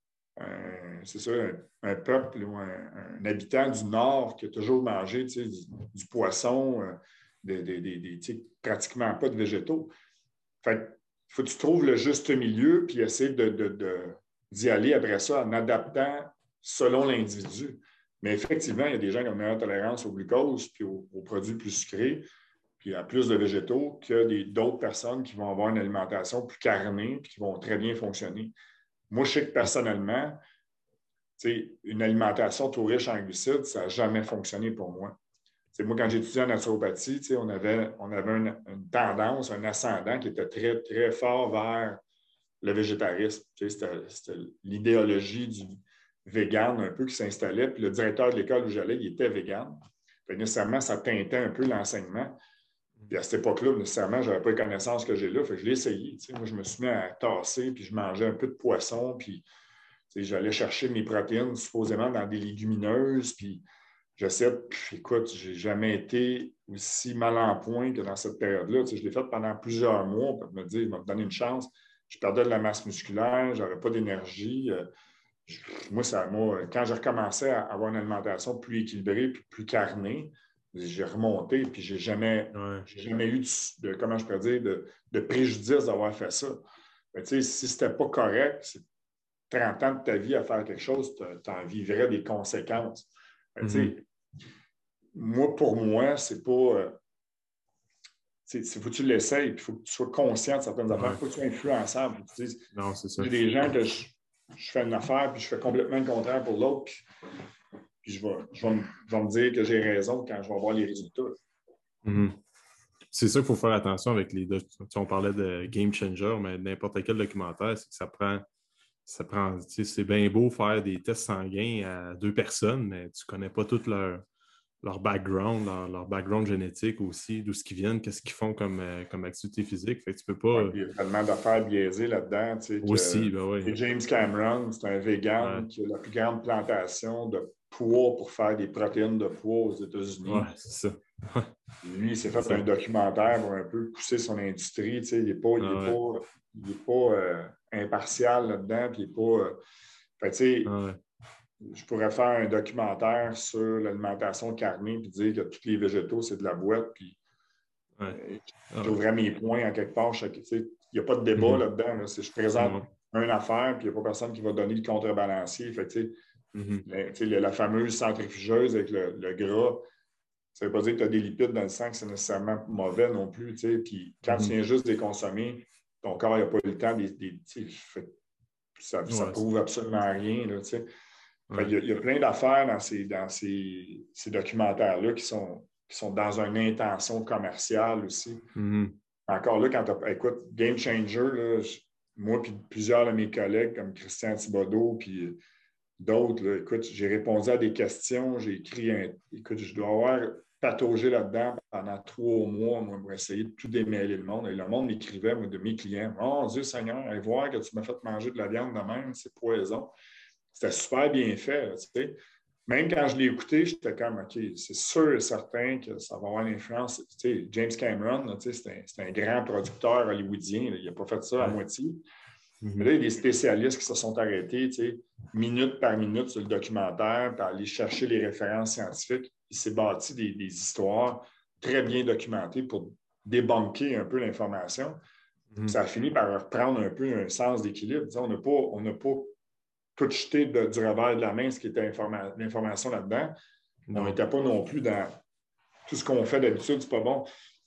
B: un peuple ou un habitant du Nord qui a toujours mangé du poisson, pratiquement pas de végétaux. Fait il faut que tu trouves le juste milieu puis essayer d'y aller après ça en adaptant selon l'individu. Mais effectivement, il y a des gens qui ont une meilleure tolérance au glucose puis aux produits plus sucrés, puis à plus de végétaux que d'autres personnes qui vont avoir une alimentation plus carnée puis qui vont très bien fonctionner. Moi, je sais que personnellement, une alimentation trop riche en glucides, ça n'a jamais fonctionné pour moi. Moi, quand j'étudiais en naturopathie, on avait une tendance, un ascendant qui était très, très fort vers le végétarisme. C'était l'idéologie végane un peu qui s'installait. Puis le directeur de l'école où j'allais, il était végane. Nécessairement, ça teintait un peu l'enseignement. Puis à cette époque-là, nécessairement, je n'avais pas les connaissances que j'ai là. Fait que je l'ai essayé. Moi, je me suis mis à tasser, puis je mangeais un peu de poisson, puis j'allais chercher mes protéines supposément dans des légumineuses, puis j'essaie. Puis écoute, je n'ai jamais été aussi mal en point que dans cette période-là. Je l'ai fait pendant plusieurs mois pour me dire, il m'a donné une chance. Je perdais de la masse musculaire, je n'avais pas d'énergie. Moi, quand j'ai recommencé à avoir une alimentation plus équilibrée puis plus carnée, j'ai remonté, puis j'ai jamais eu comment je pourrais dire, de préjudice d'avoir fait ça. Mais, si c'était pas correct, c'est 30 ans de ta vie à faire quelque chose, tu en vivrais des conséquences. Mais, moi, pour moi, c'est pas... il faut que tu l'essayes, puis il faut que tu sois conscient de certaines affaires. Il faut que tu sois influençable.
A: Non, c'est ça.
B: Il y a des gens que je fais une affaire, puis je fais complètement le contraire pour l'autre, puis je vais me dire que j'ai raison quand je vais voir les résultats.
A: C'est ça qu'il faut faire attention avec les deux. On parlait de game changer, mais n'importe quel documentaire, c'est que ça prend, c'est bien beau faire des tests sanguins à 2 personnes, mais tu ne connais pas tout leur background, leur background génétique aussi, d'où ce qu'ils viennent, qu'est-ce qu'ils font comme activité physique. Fait que tu peux pas.
B: Il y a tellement d'affaires biaisées là-dedans.
A: Aussi, ben oui.
B: James Cameron, c'est un vegan qui a la plus grande plantation de pois pour faire des protéines de pois aux États-Unis.
A: Ouais, c'est ça.
B: Lui, il s'est fait un documentaire pour un peu pousser son industrie. Il n'est pas impartial là-dedans. Puis il n'est pas. Je pourrais faire un documentaire sur l'alimentation carnée puis dire que tous les végétaux, c'est de la boîte. Puis j'ouvrais mes points en quelque part. Il n'y a pas de débat là-dedans. Là. Je présente une affaire, puis il n'y a pas personne qui va donner le contrebalancier. La fameuse centrifugeuse avec le gras, ça ne veut pas dire que tu as des lipides dans le sang, que c'est nécessairement mauvais non plus. Puis quand tu viens juste de les consommer, ton corps n'a pas eu le temps. Ça ne prouve absolument rien. Là, il y a plein d'affaires dans ces documentaires-là qui sont dans une intention commerciale aussi. Encore là, quand tu écoute, Game Changer, là, moi et plusieurs de mes collègues comme Christian Thibodeau puis d'autres, là, écoute, j'ai répondu à des questions, j'ai écrit écoute, je dois avoir pataugé là-dedans pendant 3 mois, moi, pour essayer de tout démêler le monde. Et le monde m'écrivait, moi, de mes clients, « Oh Dieu Seigneur, allez voir que tu m'as fait manger de la viande de même, c'est poison. » C'était super bien fait. Là, même quand je l'ai écouté, j'étais comme, OK, c'est sûr et certain que ça va avoir une influence. James Cameron, là, c'est un grand producteur hollywoodien. Là, il n'a pas fait ça à moitié. Mais là, il y a des spécialistes qui se sont arrêtés minute par minute sur le documentaire pour aller chercher les références scientifiques. Il s'est bâti des histoires très bien documentées pour débunker un peu l'information. Ça a fini par reprendre un peu un sens d'équilibre. On n'a pas tout jeter du revers de la main ce qui était l'information là-dedans. On n'était pas non plus dans tout ce qu'on fait d'habitude, c'est pas bon.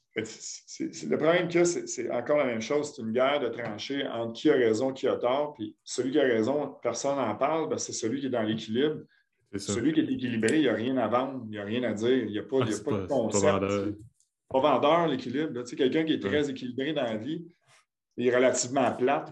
B: Le problème qu'il y a, c'est encore la même chose. C'est une guerre de tranchées entre qui a raison, qui a tort. Puis celui qui a raison, personne n'en parle, c'est celui qui est dans l'équilibre. Celui qui est équilibré, il n'y a rien à vendre, il n'y a rien à dire. Il n'y a pas de concept. C'est pas vendeur, l'équilibre. Quelqu'un qui est très équilibré dans la vie, il est relativement plate.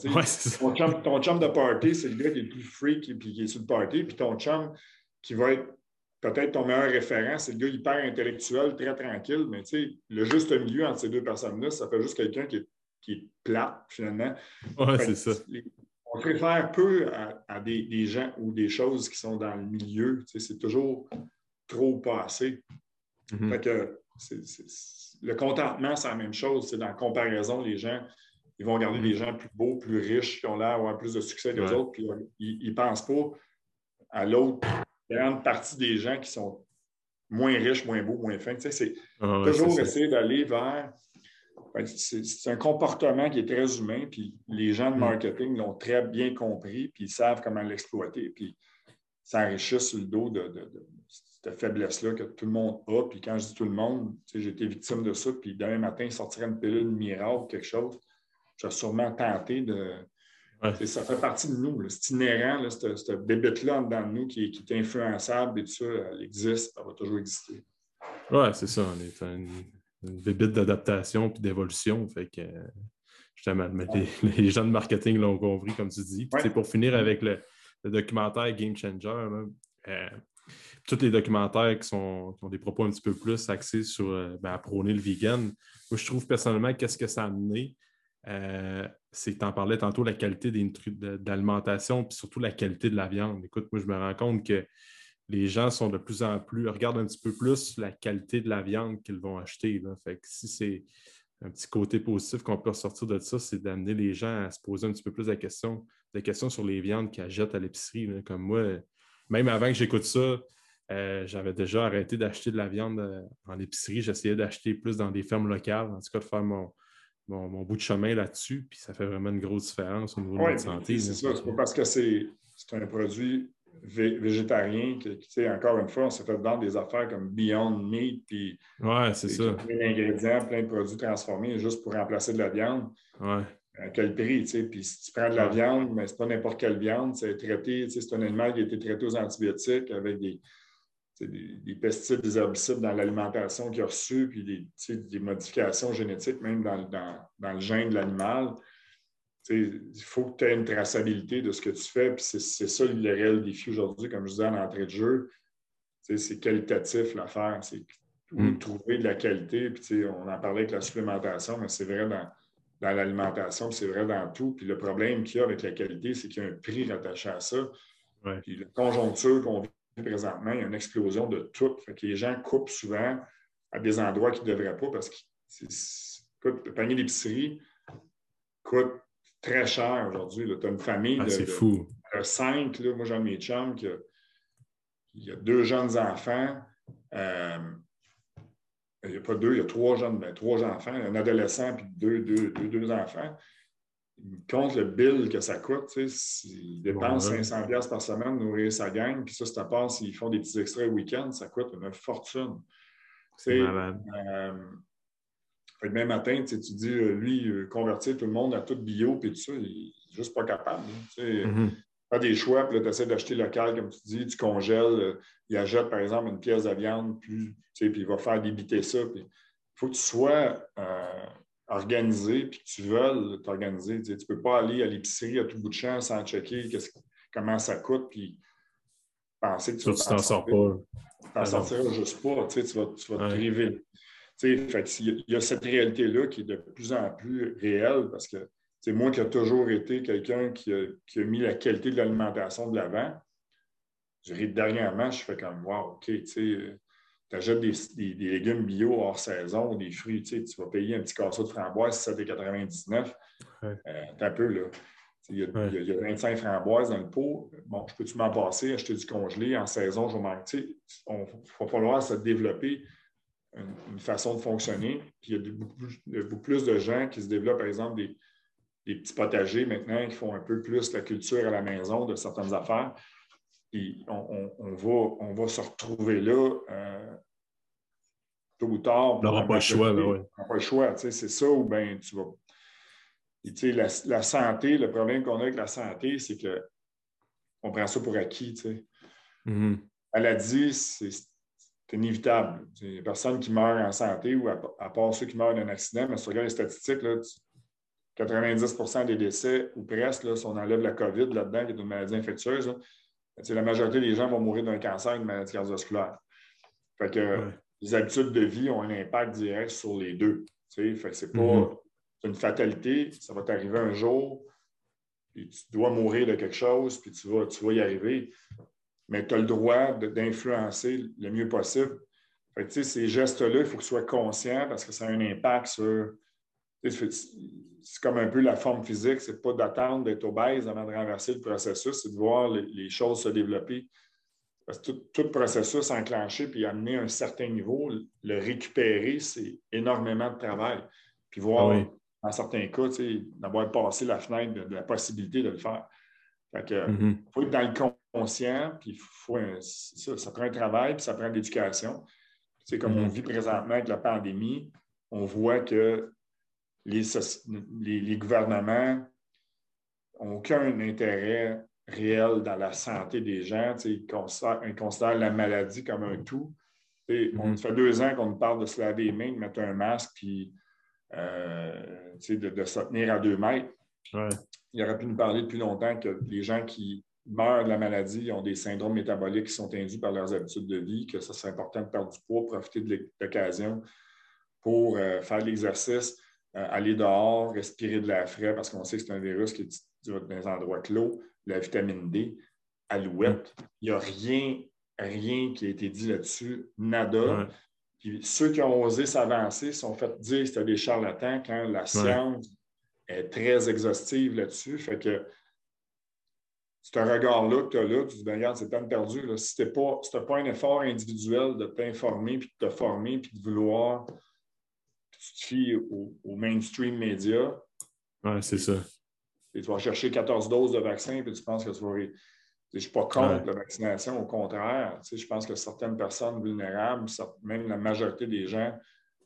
B: Ton chum de party, c'est le gars qui est le plus freak et qui est sur le party. Puis ton chum qui va être peut-être ton meilleur référent, c'est le gars hyper intellectuel, très tranquille. Mais le juste milieu entre ces 2 personnes-là, ça fait juste quelqu'un qui est plate, finalement.
A: C'est ça.
B: On préfère peu à des gens ou des choses qui sont dans le milieu. C'est toujours trop passé. Fait que le contentement, c'est la même chose. Dans la comparaison, les gens... Ils vont regarder des gens plus beaux, plus riches, qui ont l'air d'avoir plus de succès que les autres, puis ils ne pensent pas à l'autre grande partie des gens qui sont moins riches, moins beaux, moins fins. C'est toujours essayer d'aller vers... C'est un comportement qui est très humain, puis les gens de marketing l'ont très bien compris, puis ils savent comment l'exploiter, puis s'enrichissent sur le dos de cette faiblesse-là que tout le monde a. Puis quand je dis tout le monde, j'ai été victime de ça, puis demain matin, il sortirait une pilule miracle ou quelque chose. Je vais sûrement tenter de... Ça fait partie de nous. C'est inhérent, cette bébête-là en dedans de nous qui est influençable et tout ça, elle existe, elle va toujours exister.
A: Oui, c'est ça. On est une bébête d'adaptation et d'évolution. Fait que, justement, les gens de marketing l'ont compris, comme tu dis. Puis, pour finir avec le documentaire Game Changer, là, tous les documentaires qui ont des propos un petit peu plus axés sur à prôner le vegan, moi, je trouve personnellement, qu'est-ce que ça a amené? C'est que tu en parlais tantôt, la qualité d'alimentation, puis surtout la qualité de la viande. Écoute, moi, je me rends compte que les gens sont de plus en plus, regardent un petit peu plus la qualité de la viande qu'ils vont acheter, là. Fait que si c'est un petit côté positif qu'on peut ressortir de ça, c'est d'amener les gens à se poser un petit peu plus des questions sur les viandes qu'ils achètent à l'épicerie, là. Comme moi, même avant que j'écoute ça, j'avais déjà arrêté d'acheter de la viande en épicerie. J'essayais d'acheter plus dans des fermes locales, en tout cas de faire mon bout de chemin là-dessus, puis ça fait vraiment une grosse différence au niveau de
B: Oui,
A: notre santé,
B: c'est
A: là.
B: ça. C'est pas parce que c'est un produit végétarien que, encore une fois, on s'est fait vendre des affaires comme Beyond Meat, puis
A: Ouais, c'est
B: qui a
A: ça.
B: plein d'ingrédients, plein de produits transformés juste pour remplacer de la viande.
A: Ouais,
B: À quel prix, tu sais? Puis si tu prends de la
A: ouais.
B: viande, mais c'est pas n'importe quelle viande, c'est traité, tu sais, c'est un animal qui a été traité aux antibiotiques avec des pesticides, des herbicides dans l'alimentation qu'il a reçu, puis des modifications génétiques même dans le gène de l'animal. Il faut que tu aies une traçabilité de ce que tu fais, puis c'est ça le réel défi aujourd'hui, comme je disais en entrée de jeu. C'est qualitatif l'affaire, c'est où trouver de la qualité, puis on en parlait avec la supplémentation, mais c'est vrai dans l'alimentation, puis c'est vrai dans tout. Puis le problème qu'il y a avec la qualité, c'est qu'il y a un prix rattaché à ça.
A: Ouais.
B: Puis la conjoncture qu'on vit présentement, il y a une explosion de tout. Fait que les gens coupent souvent à des endroits qu'ils ne devraient pas parce que le panier d'épicerie coûte très cher aujourd'hui. Tu as une famille
A: Ah, c'est
B: de
A: fou.
B: 5, là. Moi j'ai un de mes chums qui a 2 jeunes enfants. Il n'y a pas 2, il y a 3 enfants, un adolescent puis deux enfants. Il compte le bill que ça coûte. Il dépense
A: Bon,
B: 500$ par semaine pour nourrir sa gang. Puis ça, c'est à part s'ils font des petits extraits le week-end, ça coûte une fortune.
A: c'est malade.
B: Fait que même matin, tu dis, lui, convertir tout le monde à tout bio, puis tout ça, il n'est juste pas capable. Faire des choix, puis là, tu essaies d'acheter local, comme tu dis, tu congèles, il achète, par exemple, une pièce de viande, puis il va faire débiter ça. Il faut que tu sois organisé, puis que tu veuilles t'organiser. Tu ne peux pas aller à l'épicerie à tout bout de champ sans checker comment ça coûte, puis penser que tu
A: Ça,
B: vas
A: tu
B: t'en
A: t'en sors
B: sortir.
A: pas.
B: Tu t'en sortiras juste pas. Tu vas te priver. Fait il y a cette réalité-là qui est de plus en plus réelle parce que c'est moi qui a toujours été quelqu'un qui a mis la qualité de l'alimentation de l'avant. Dernièrement, je fais comme wow, OK, tu achètes des légumes bio hors saison ou des fruits, tu vas payer un petit casseau de framboise, 7,99. T'as un peu, là. Il y a 25 framboises dans le pot. Bon, je peux-tu m'en passer, acheter du congelé en saison, je vais manquer. Il va falloir se développer une façon de fonctionner. Puis il y a beaucoup plus de gens qui se développent, par exemple, des petits potagers maintenant qui font un peu plus la culture à la maison de certaines affaires. Puis on va se retrouver là tôt ou tard.
A: On n'aura pas le choix, là, oui.
B: On n'a pas le choix. C'est ça ou bien tu vas. Et, la santé, le problème qu'on a avec la santé, c'est qu'on prend ça pour acquis. Maladie, c'est inévitable. Il n'y a personne qui meurt en santé ou à part ceux qui meurent d'un accident, mais si tu regardes les statistiques, là, 90% des décès, ou presque, là, si on enlève la COVID là-dedans, qui est une maladie infectieuse, là, la majorité des gens vont mourir d'un cancer et d'une maladie cardiovasculaire. Fait que les habitudes de vie ont un impact direct sur les deux. Fait que c'est pas une fatalité, ça va t'arriver un jour, puis tu dois mourir de quelque chose, puis tu vas y arriver. Mais tu as le droit d'influencer le mieux possible. Fait que, ces gestes-là, il faut que tu sois conscient parce que ça a un impact sur. C'est comme un peu la forme physique, c'est pas d'attendre d'être obèse avant de renverser le processus, c'est de voir les choses se développer. Parce que tout processus enclenché puis amener à un certain niveau, le récupérer, c'est énormément de travail. Puis voir, dans certains cas, d'avoir passé la fenêtre de la possibilité de le faire. Fait que, faut être dans le conscient, puis ça prend un travail, puis ça prend de l'éducation. Comme on vit présentement avec la pandémie, on voit que les gouvernements n'ont aucun intérêt réel dans la santé des gens. Ils considèrent la maladie comme un tout. Ça fait 2 ans qu'on nous parle de se laver les mains, de mettre un masque, puis de se tenir à 2 mètres. Il aurait pu nous parler depuis longtemps que les gens qui meurent de la maladie, ils ont des syndromes métaboliques qui sont induits par leurs habitudes de vie, que ça, c'est important de perdre du poids, profiter de l'occasion pour faire de l'exercice, aller dehors, respirer de l'air frais, parce qu'on sait que c'est un virus qui est dans des endroits clos, la vitamine D, alouette. Il n'y a rien qui a été dit là-dessus, nada. Puis ceux qui ont osé s'avancer sont fait dire que c'était des charlatans quand la science est très exhaustive là-dessus. Fait que c'est un regard-là que tu as là, tu dis, ben, regarde, c'est peine perdue. Là. Si tu n'as pas un effort individuel de t'informer, puis de te former, puis de vouloir, puis tu te fies au mainstream média.
A: Ouais, c'est ça.
B: Et tu vas chercher 14 doses de vaccin, puis tu penses que tu vas. Je ne suis pas contre la vaccination, au contraire. Je pense que certaines personnes vulnérables, même la majorité des gens,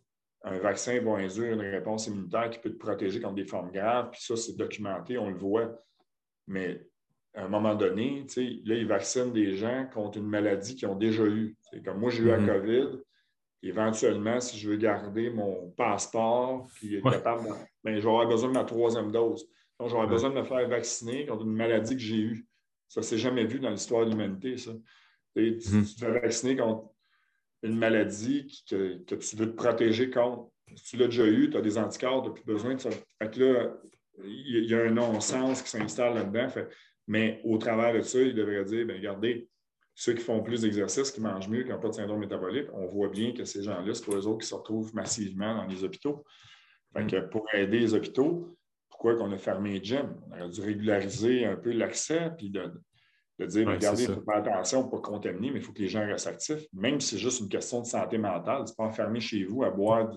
B: un vaccin va induire une réponse immunitaire qui peut te protéger contre des formes graves, puis ça, c'est documenté, on le voit. Mais à un moment donné, là, ils vaccinent des gens contre une maladie qu'ils ont déjà eue. Comme moi, j'ai eu la COVID. Éventuellement, si je veux garder mon passeport puis être capable, ben, je vais avoir besoin de ma 3e dose. Donc, j'aurai besoin de me faire vacciner contre une maladie que j'ai eue. Ça ne s'est jamais vu dans l'histoire de l'humanité, ça. Tu te fais vacciner contre une maladie que tu veux te protéger contre. Si tu l'as déjà eu, tu as des anticorps, tu n'as plus besoin de ça. Fait que là, il y a un non-sens qui s'installe là-dedans. Mais au travers de ça, il devrait dire, bien, regardez, ceux qui font plus d'exercice, qui mangent mieux, qui n'ont pas de syndrome métabolique, on voit bien que ces gens-là, c'est pour eux autres qui se retrouvent massivement dans les hôpitaux. Fait que pour aider les hôpitaux, pourquoi qu'on a fermé les gyms? On aurait dû régulariser un peu l'accès, puis de dire, regardez, il faut faire attention pour ne pas contaminer, mais il faut que les gens restent actifs. Même si c'est juste une question de santé mentale, c'est pas enfermé chez vous à boire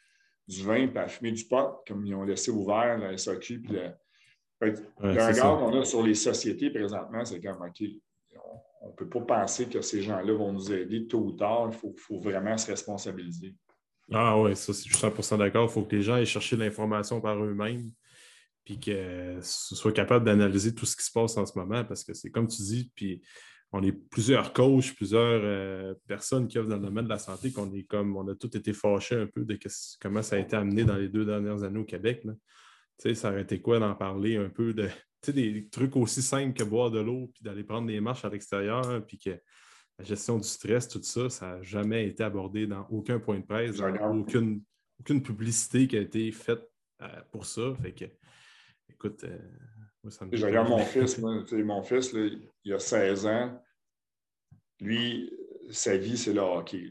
B: du vin et à fumer du pot, comme ils ont laissé ouvert la SAQ. Puis le regard qu'on a sur les sociétés présentement, c'est comme, OK, on ne peut pas penser que ces gens-là vont nous aider tôt ou tard. Il faut vraiment se responsabiliser.
A: Ah oui, ça, je suis 100% d'accord. Il faut que les gens aillent chercher l'information par eux-mêmes puis qu'ils soient capables d'analyser tout ce qui se passe en ce moment parce que c'est comme tu dis, puis on est plusieurs coachs, plusieurs personnes qui œuvrent dans le domaine de la santé on a tous été fâchés un peu de comment ça a été amené dans les 2 dernières années au Québec. Là. Ça aurait été quoi d'en parler un peu de des trucs aussi simples que boire de l'eau puis d'aller prendre des marches à l'extérieur puis que la gestion du stress, tout ça, ça n'a jamais été abordé dans aucun point de presse, dans aucune publicité qui a été faite pour ça. Fait que, écoute, moi, ça me
B: je regarde mon fils, mon fils, là, il a 16 ans. Lui, sa vie, c'est le hockey.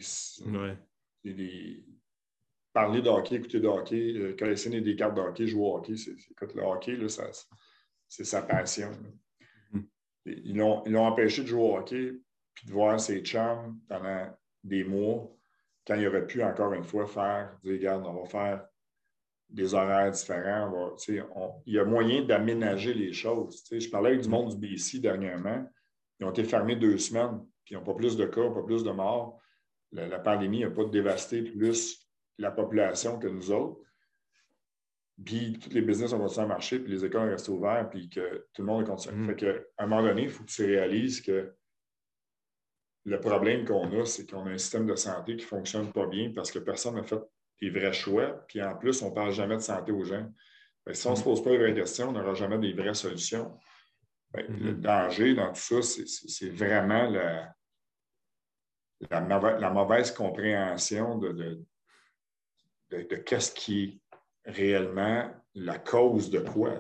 B: Parler de hockey, écouter de hockey, collectionner des cartes de hockey, jouer au hockey, écoute, le hockey, là, c'est sa passion. Ils l'ont empêché de jouer au hockey puis de voir ses chums pendant des mois quand il aurait pu, encore une fois, dire, regarde, on va faire des horaires différents. Il y a moyen d'aménager les choses. Je parlais avec du monde du BC dernièrement. Ils ont été fermés 2 semaines, puis ils n'ont pas plus de cas, pas plus de morts. La pandémie n'a pas dévasté plus la population que nous autres. Puis tous les business ont continué à marcher, puis les écoles ont resté ouvertes, puis que tout le monde a continué. Fait qu'à un moment donné, il faut que tu réalises que le problème qu'on a, c'est qu'on a un système de santé qui ne fonctionne pas bien parce que personne n'a fait des vrais choix. Puis en plus, on ne parle jamais de santé aux gens. Si on ne se pose pas les vraies questions, on n'aura jamais des vraies solutions. Le danger dans tout ça, c'est vraiment la mauvaise compréhension de qu'est-ce qui est réellement la cause de quoi.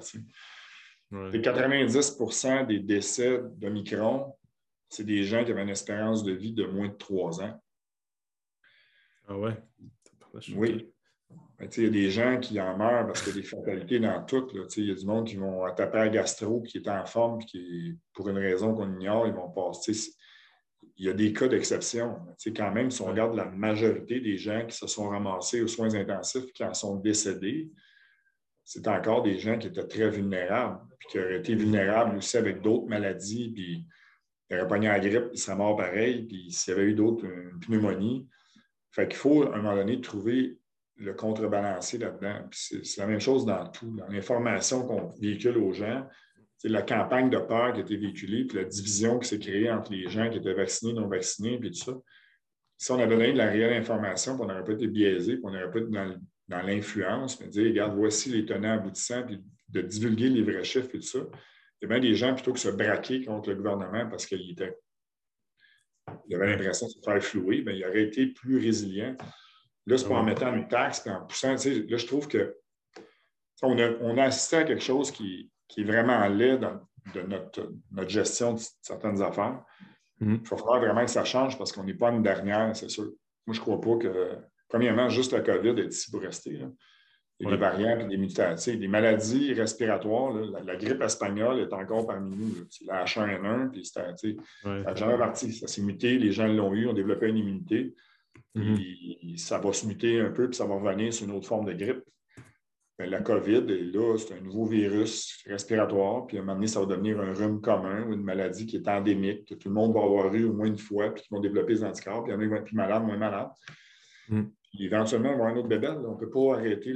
B: 90% des décès d'Omicron, c'est des gens qui avaient une espérance de vie de moins de 3 ans.
A: Ah ouais?
B: Oui. Il y a des gens qui en meurent parce qu'il y a des fatalités dans tout. Il y a du monde qui vont taper à gastro, qui est en forme, puis qui, pour une raison qu'on ignore, ils vont passer. Il y a des cas d'exception. Quand même, si on regarde la majorité des gens qui se sont ramassés aux soins intensifs, qui en sont décédés, c'est encore des gens qui étaient très vulnérables, puis qui auraient été vulnérables aussi avec d'autres maladies, puis ils auraient pogné la grippe, ils seraient morts pareil, puis s'il y avait eu d'autres, une pneumonie. Fait qu'il faut, à un moment donné, trouver le contrebalancier là-dedans. C'est la même chose dans tout. Dans l'information qu'on véhicule aux gens, c'est la campagne de peur qui a été véhiculée, puis la division qui s'est créée entre les gens qui étaient vaccinés, non vaccinés, puis tout ça. Si on avait donné de la réelle information, puis on n'aurait pas été biaisé, puis on n'aurait pas été dans l'influence, mais dire, regarde, voici les tenants aboutissants, puis de divulguer les vrais chiffres et tout ça, y a bien des gens, plutôt que de se braquer contre le gouvernement parce qu'il avait l'impression de se faire flouer, bien, il aurait été plus résilient. Là, c'est pas en mettant une taxe et en poussant. Là, je trouve que on a assisté à quelque chose qui est vraiment laid de notre gestion de certaines affaires. Il va falloir vraiment que ça change parce qu'on n'est pas une dernière, c'est sûr. Moi, je ne crois pas que, premièrement, juste la COVID est ici pour rester. Là. Il y a des variants et des mutations, des maladies respiratoires. Là. La grippe espagnole est encore parmi nous. Là. C'est la H1N1, puis ça a jamais parti. Ça s'est muté, les gens l'ont eu, ont développé une immunité. Puis ça va se muter un peu, puis ça va revenir sur une autre forme de grippe. Bien, la COVID, là, c'est un nouveau virus respiratoire, puis à un moment donné, ça va devenir un rhume commun ou une maladie qui est endémique, que tout le monde va avoir eu au moins une fois, puis qui vont développer des anticorps, puis il y en a qui vont être plus malades, moins malades. Puis éventuellement, on va avoir un autre bébé. On ne peut pas arrêter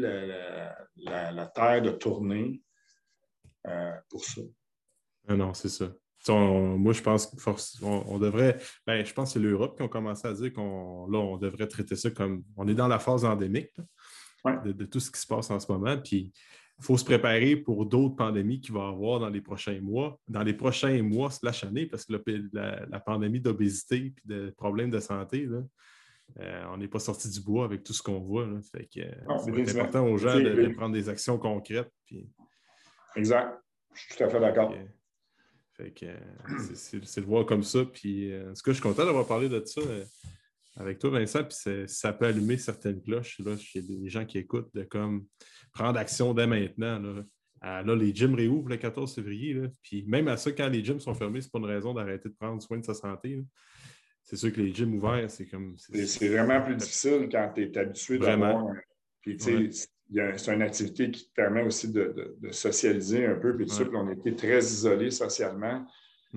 B: la Terre de tourner pour ça.
A: Non, c'est ça. Moi, je pense qu'on devrait. Ben, je pense que c'est l'Europe qui ont commencé à dire on devrait traiter ça comme. On est dans la phase endémique de tout ce qui se passe en ce moment. Puis il faut se préparer pour d'autres pandémies qu'il va y avoir dans les prochains mois. Dans les prochains mois, /année, parce que la pandémie d'obésité et de problèmes de santé, là, on n'est pas sorti du bois avec tout ce qu'on voit. Là. Fait que, c'est important aux gens de prendre des actions concrètes. Puis...
B: Exact. Je suis tout à fait d'accord.
A: Fait que c'est le voir comme ça. Puis, en tout cas, je suis content d'avoir parlé de ça avec toi, Vincent. Puis ça peut allumer certaines cloches là, chez les gens qui écoutent de comme prendre action dès maintenant. Là, les gyms réouvrent le 14 février. Là. Puis même à ça, quand les gyms sont fermés, c'est pas une raison d'arrêter de prendre soin de sa santé. Là. C'est sûr que les gyms ouverts, c'est comme.
B: C'est vraiment plus difficile quand tu es habitué d'avoir. Puis, tu sais, c'est une activité qui te permet aussi de socialiser un peu. Puis, puis on a été très isolés socialement.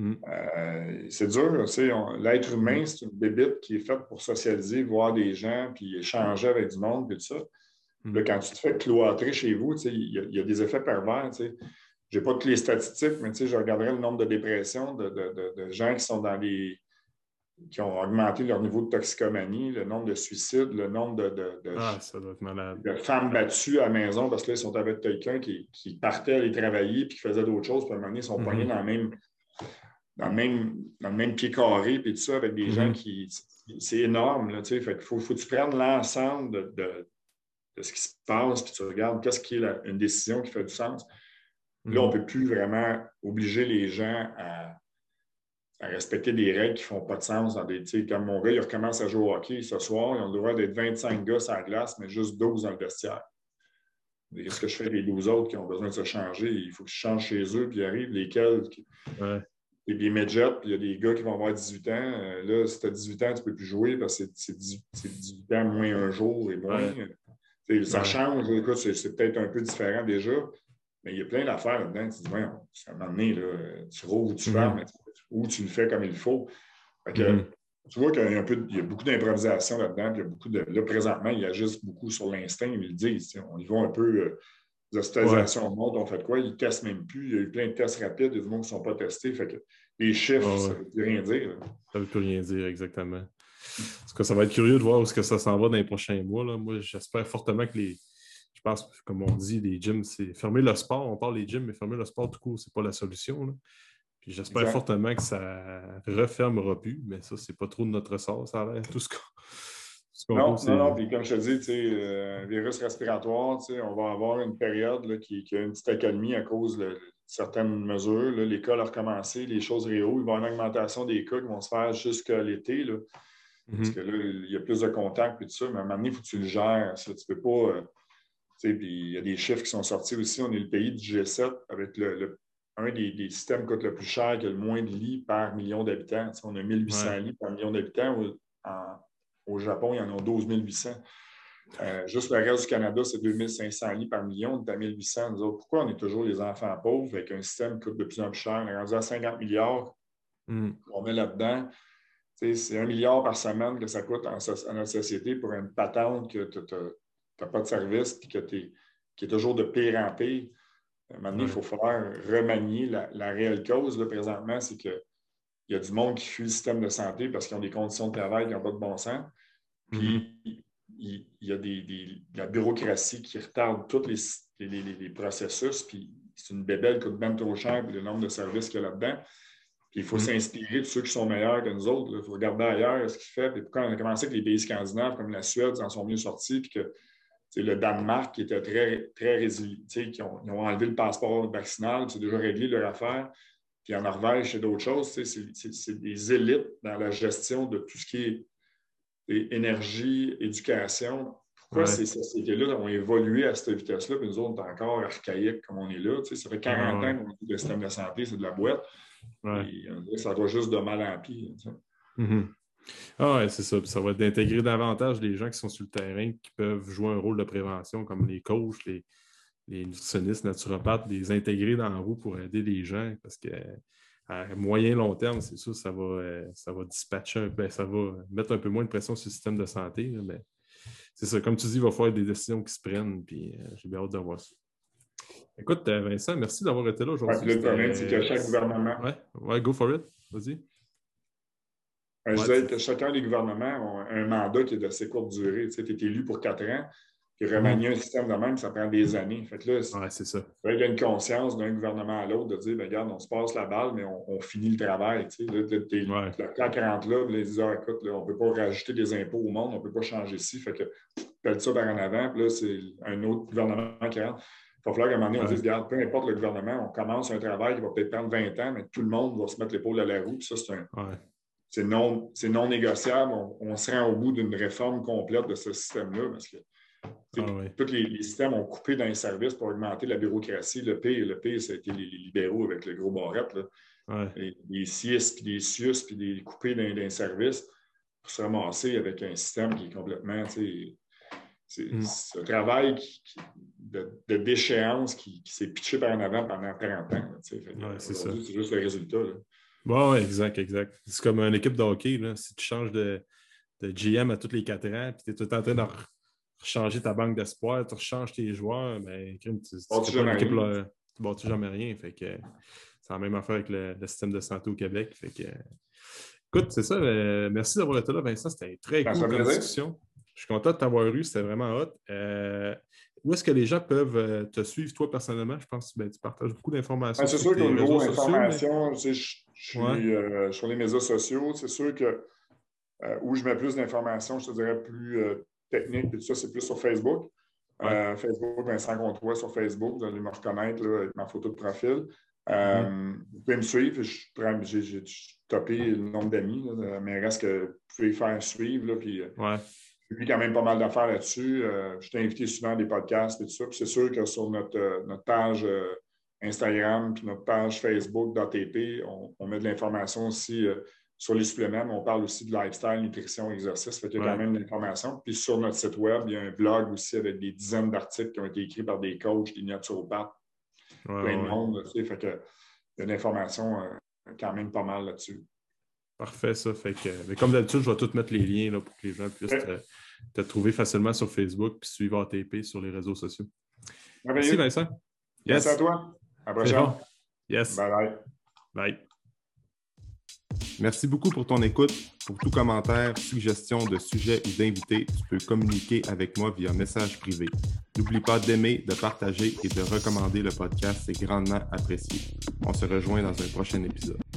B: C'est dur. Tu sais, l'être humain, c'est une bébite qui est faite pour socialiser, voir des gens, puis échanger avec du monde, puis tout ça. Là, quand tu te fais cloîtrer chez vous, tu sais, il y a des effets pervers. Tu sais. Je n'ai pas toutes les statistiques, mais tu sais, je regarderais le nombre de dépressions de gens qui sont qui ont augmenté leur niveau de toxicomanie, le nombre de suicides, le nombre
A: ça doit être malade.
B: de femmes battues à la maison parce que là, ils sont avec quelqu'un qui partait aller travailler puis qui faisait d'autres choses, puis à un moment donné, ils sont poignés dans le même pied carré, puis tout ça, avec des gens qui... C'est énorme, là, tu sais. Fait qu'il faut que tu prennes l'ensemble de ce qui se passe, puis tu regardes qu'est-ce qui est une décision qui fait du sens. Là, on ne peut plus vraiment obliger les gens à respecter des règles qui ne font pas de sens. Comme mon gars, il recommence à jouer au hockey ce soir, ils ont le droit d'être 25 gars sur la glace, mais juste 12 dans le vestiaire. Qu'est-ce que je fais avec les 12 autres qui ont besoin de se changer? Il faut que je change chez eux, puis ils arrivent, lesquels... Il y a des midgets, puis il y a des gars qui vont avoir 18 ans. Là, si tu as 18 ans, tu ne peux plus jouer parce que c'est 18 ans moins un jour et moins. Ça change. Écoute, c'est peut-être un peu différent déjà, mais il y a plein d'affaires là-dedans. Tu te dis, à un moment donné, là, tu rouvres ou tu fermes, ou tu le fais comme il faut. Fait que, tu vois qu'il y a beaucoup d'improvisation là-dedans. Puis il y a beaucoup là, présentement, ils agissent beaucoup sur l'instinct. Ils le disent. On y va un peu. Les hospitalisations montent, on fait quoi? Ils ne testent même plus. Il y a eu plein de tests rapides. Il y a du monde qui ne sont pas testés. Fait que les chiffres, ça ne veut plus rien dire. Là.
A: Ça ne veut plus rien dire, exactement. Parce que ça va être curieux de voir où ça s'en va dans les prochains mois. Là. Moi, j'espère fortement que je pense, comme on dit, les gyms, c'est fermer le sport. On parle des gyms, mais fermer le sport tout court, ce n'est pas la solution. Là. Puis j'espère fortement que ça ne refermera plus, mais ça, c'est pas trop de notre sort. Ça a l'air tout ce qu'on
B: Non. Puis comme je te dis, virus respiratoire, on va avoir une période là, qui a une petite accalmie à cause de certaines mesures. Là, l'école a recommencé, les choses réouvrent. Il va y avoir une augmentation des cas qui vont se faire jusqu'à l'été. Là, parce que là, il y a plus de contacts et tout ça, mais à un moment donné, il faut que tu le gères. Ça, tu peux pas. Puis il y a des chiffres qui sont sortis aussi. On est le pays du G7 avec un des systèmes qui coûte le plus cher, qui a le moins de lits par million d'habitants. On a 1800 lits par million d'habitants. Au Japon, ils en ont 12 800. Juste le reste du Canada, c'est 2500 lits par million. On est à 1800. Nous autres, pourquoi on est toujours les enfants pauvres avec un système qui coûte de plus en plus cher? On est rendu à 50 milliards qu'on met là-dedans. C'est 1 milliard par semaine que ça coûte à notre société pour une patente que tu n'as pas de service et qui est toujours de pire en pire. Maintenant, il faut falloir remanier la réelle cause. Là, présentement, c'est qu'il y a du monde qui fuit le système de santé parce qu'ils ont des conditions de travail qui n'ont pas de bon sens. Puis, il y a la bureaucratie qui retarde tous les processus. Puis, c'est une bébelle qui coûte bien trop cher pour le nombre de services qu'il y a là-dedans. Puis il faut s'inspirer de ceux qui sont meilleurs que nous autres. Il faut regarder ailleurs ce qu'ils font. Puis quand on a commencé avec les pays scandinaves comme la Suède, ils en sont mieux sortis. Puis que le Danemark, qui était très, très résilient, ils ont enlevé le passeport vaccinal, c'est déjà réglé leur affaire. Puis en Norvège, c'est d'autres choses. C'est des élites dans la gestion de tout ce qui est énergie, éducation. Pourquoi ces sociétés-là ont évolué à cette vitesse-là, puis nous autres, on est encore archaïques comme on est là. Ça fait 40 ans qu'on dit que le système de santé, c'est de la boîte. Et ça va juste de mal en pire.
A: Ah ouais, c'est ça. Puis ça va être d'intégrer davantage les gens qui sont sur le terrain, qui peuvent jouer un rôle de prévention, comme les coachs, les nutritionnistes, naturopathes, les intégrer dans la roue pour aider les gens, parce que à moyen long terme, c'est sûr, ça va dispatcher un peu, ça va mettre un peu moins de pression sur le système de santé. Là, mais c'est ça, comme tu dis, il va falloir des décisions qui se prennent, puis j'ai bien hâte de voir ça. Écoute, Vincent, merci d'avoir été là aujourd'hui.
B: Le problème, c'est que chaque gouvernement...
A: Ouais, go for it. Vas-y.
B: Je disais que chacun des gouvernements a un mandat qui est d'assez courte durée. Tu es élu pour 4 ans, puis remanier un système de même, ça prend des années. Fait que là,
A: c'est ça.
B: Il y a une conscience d'un gouvernement à l'autre de dire, regarde, on se passe la balle, mais on finit le travail. Tu sais. La CAQ rentre là, puis ils disent, écoute, là, on ne peut pas rajouter des impôts au monde, on ne peut pas changer ci. Fait que pèle ça par en avant, puis là, c'est un autre gouvernement qui rentre. Il va falloir qu'à un moment donné, on dise, regarde, peu importe le gouvernement, on commence un travail qui va peut-être prendre 20 ans, mais tout le monde va se mettre l'épaule à la roue. Puis ça, c'est non négociable. On se rend au bout d'une réforme complète de ce système-là parce que tous les systèmes ont coupé dans les services pour augmenter la bureaucratie. Le pire, ça a été les libéraux avec le gros barrette. Les CIS, puis les CIUS, puis des coupés dans les services pour se ramasser avec un système qui est complètement... C'est un travail de déchéance qui s'est pitché par en avant pendant 40 ans.
A: C'est ça.
B: C'est juste le résultat.
A: Oui, exact. C'est comme une équipe de hockey. Là. Si tu changes de GM à tous les 4 ans, puis tu es tout en train de changer ta banque d'espoir, tu rechanges tes joueurs, mais tu ne bâtis jamais rien. Fait que c'est la même affaire avec le système de santé au Québec. Fait que, écoute, c'est ça. Merci d'avoir été là, Vincent. C'était très cool comme discussion. Je suis content de t'avoir eu. C'était vraiment hot. Où est-ce que les gens peuvent te suivre, toi, personnellement? Je pense que tu partages beaucoup d'informations.
B: C'est sûr qu'au niveau information, je suis sur les médias sociaux. C'est sûr que où je mets plus d'informations, je te dirais plus technique, puis tout ça, c'est plus sur Facebook. Facebook, Vincent Comtois sur Facebook, vous allez me reconnaître là, avec ma photo de profil. Vous pouvez me suivre. J'ai topé le nombre d'amis, mais il reste que vous pouvez faire suivre. Là, puis, je publie quand même pas mal d'affaires là-dessus. Je t'ai invité souvent à des podcasts et tout ça. Puis c'est sûr que sur notre page Instagram puis notre page Facebook d'ATP, on met de l'information aussi sur les suppléments, mais on parle aussi de lifestyle, nutrition, exercice. Fait qu'il y a quand même de l'information. Puis sur notre site web, il y a un blog aussi avec des dizaines d'articles qui ont été écrits par des coachs, des naturopathes, plein de monde. Tu sais, fait que, il y a de l'information quand même pas mal là-dessus.
A: Parfait, ça. Fait que, mais comme d'habitude, je vais tout mettre les liens là, pour que les gens puissent te trouver facilement sur Facebook puis suivre ATP sur les réseaux sociaux. Merci, Vincent.
B: Yes. Merci à toi. À la prochaine.
A: Bon. Yes.
B: Bye.
A: Bye. Merci beaucoup pour ton écoute. Pour tout commentaire, suggestion de sujet ou d'invité, tu peux communiquer avec moi via message privé. N'oublie pas d'aimer, de partager et de recommander le podcast, c'est grandement apprécié. On se rejoint dans un prochain épisode.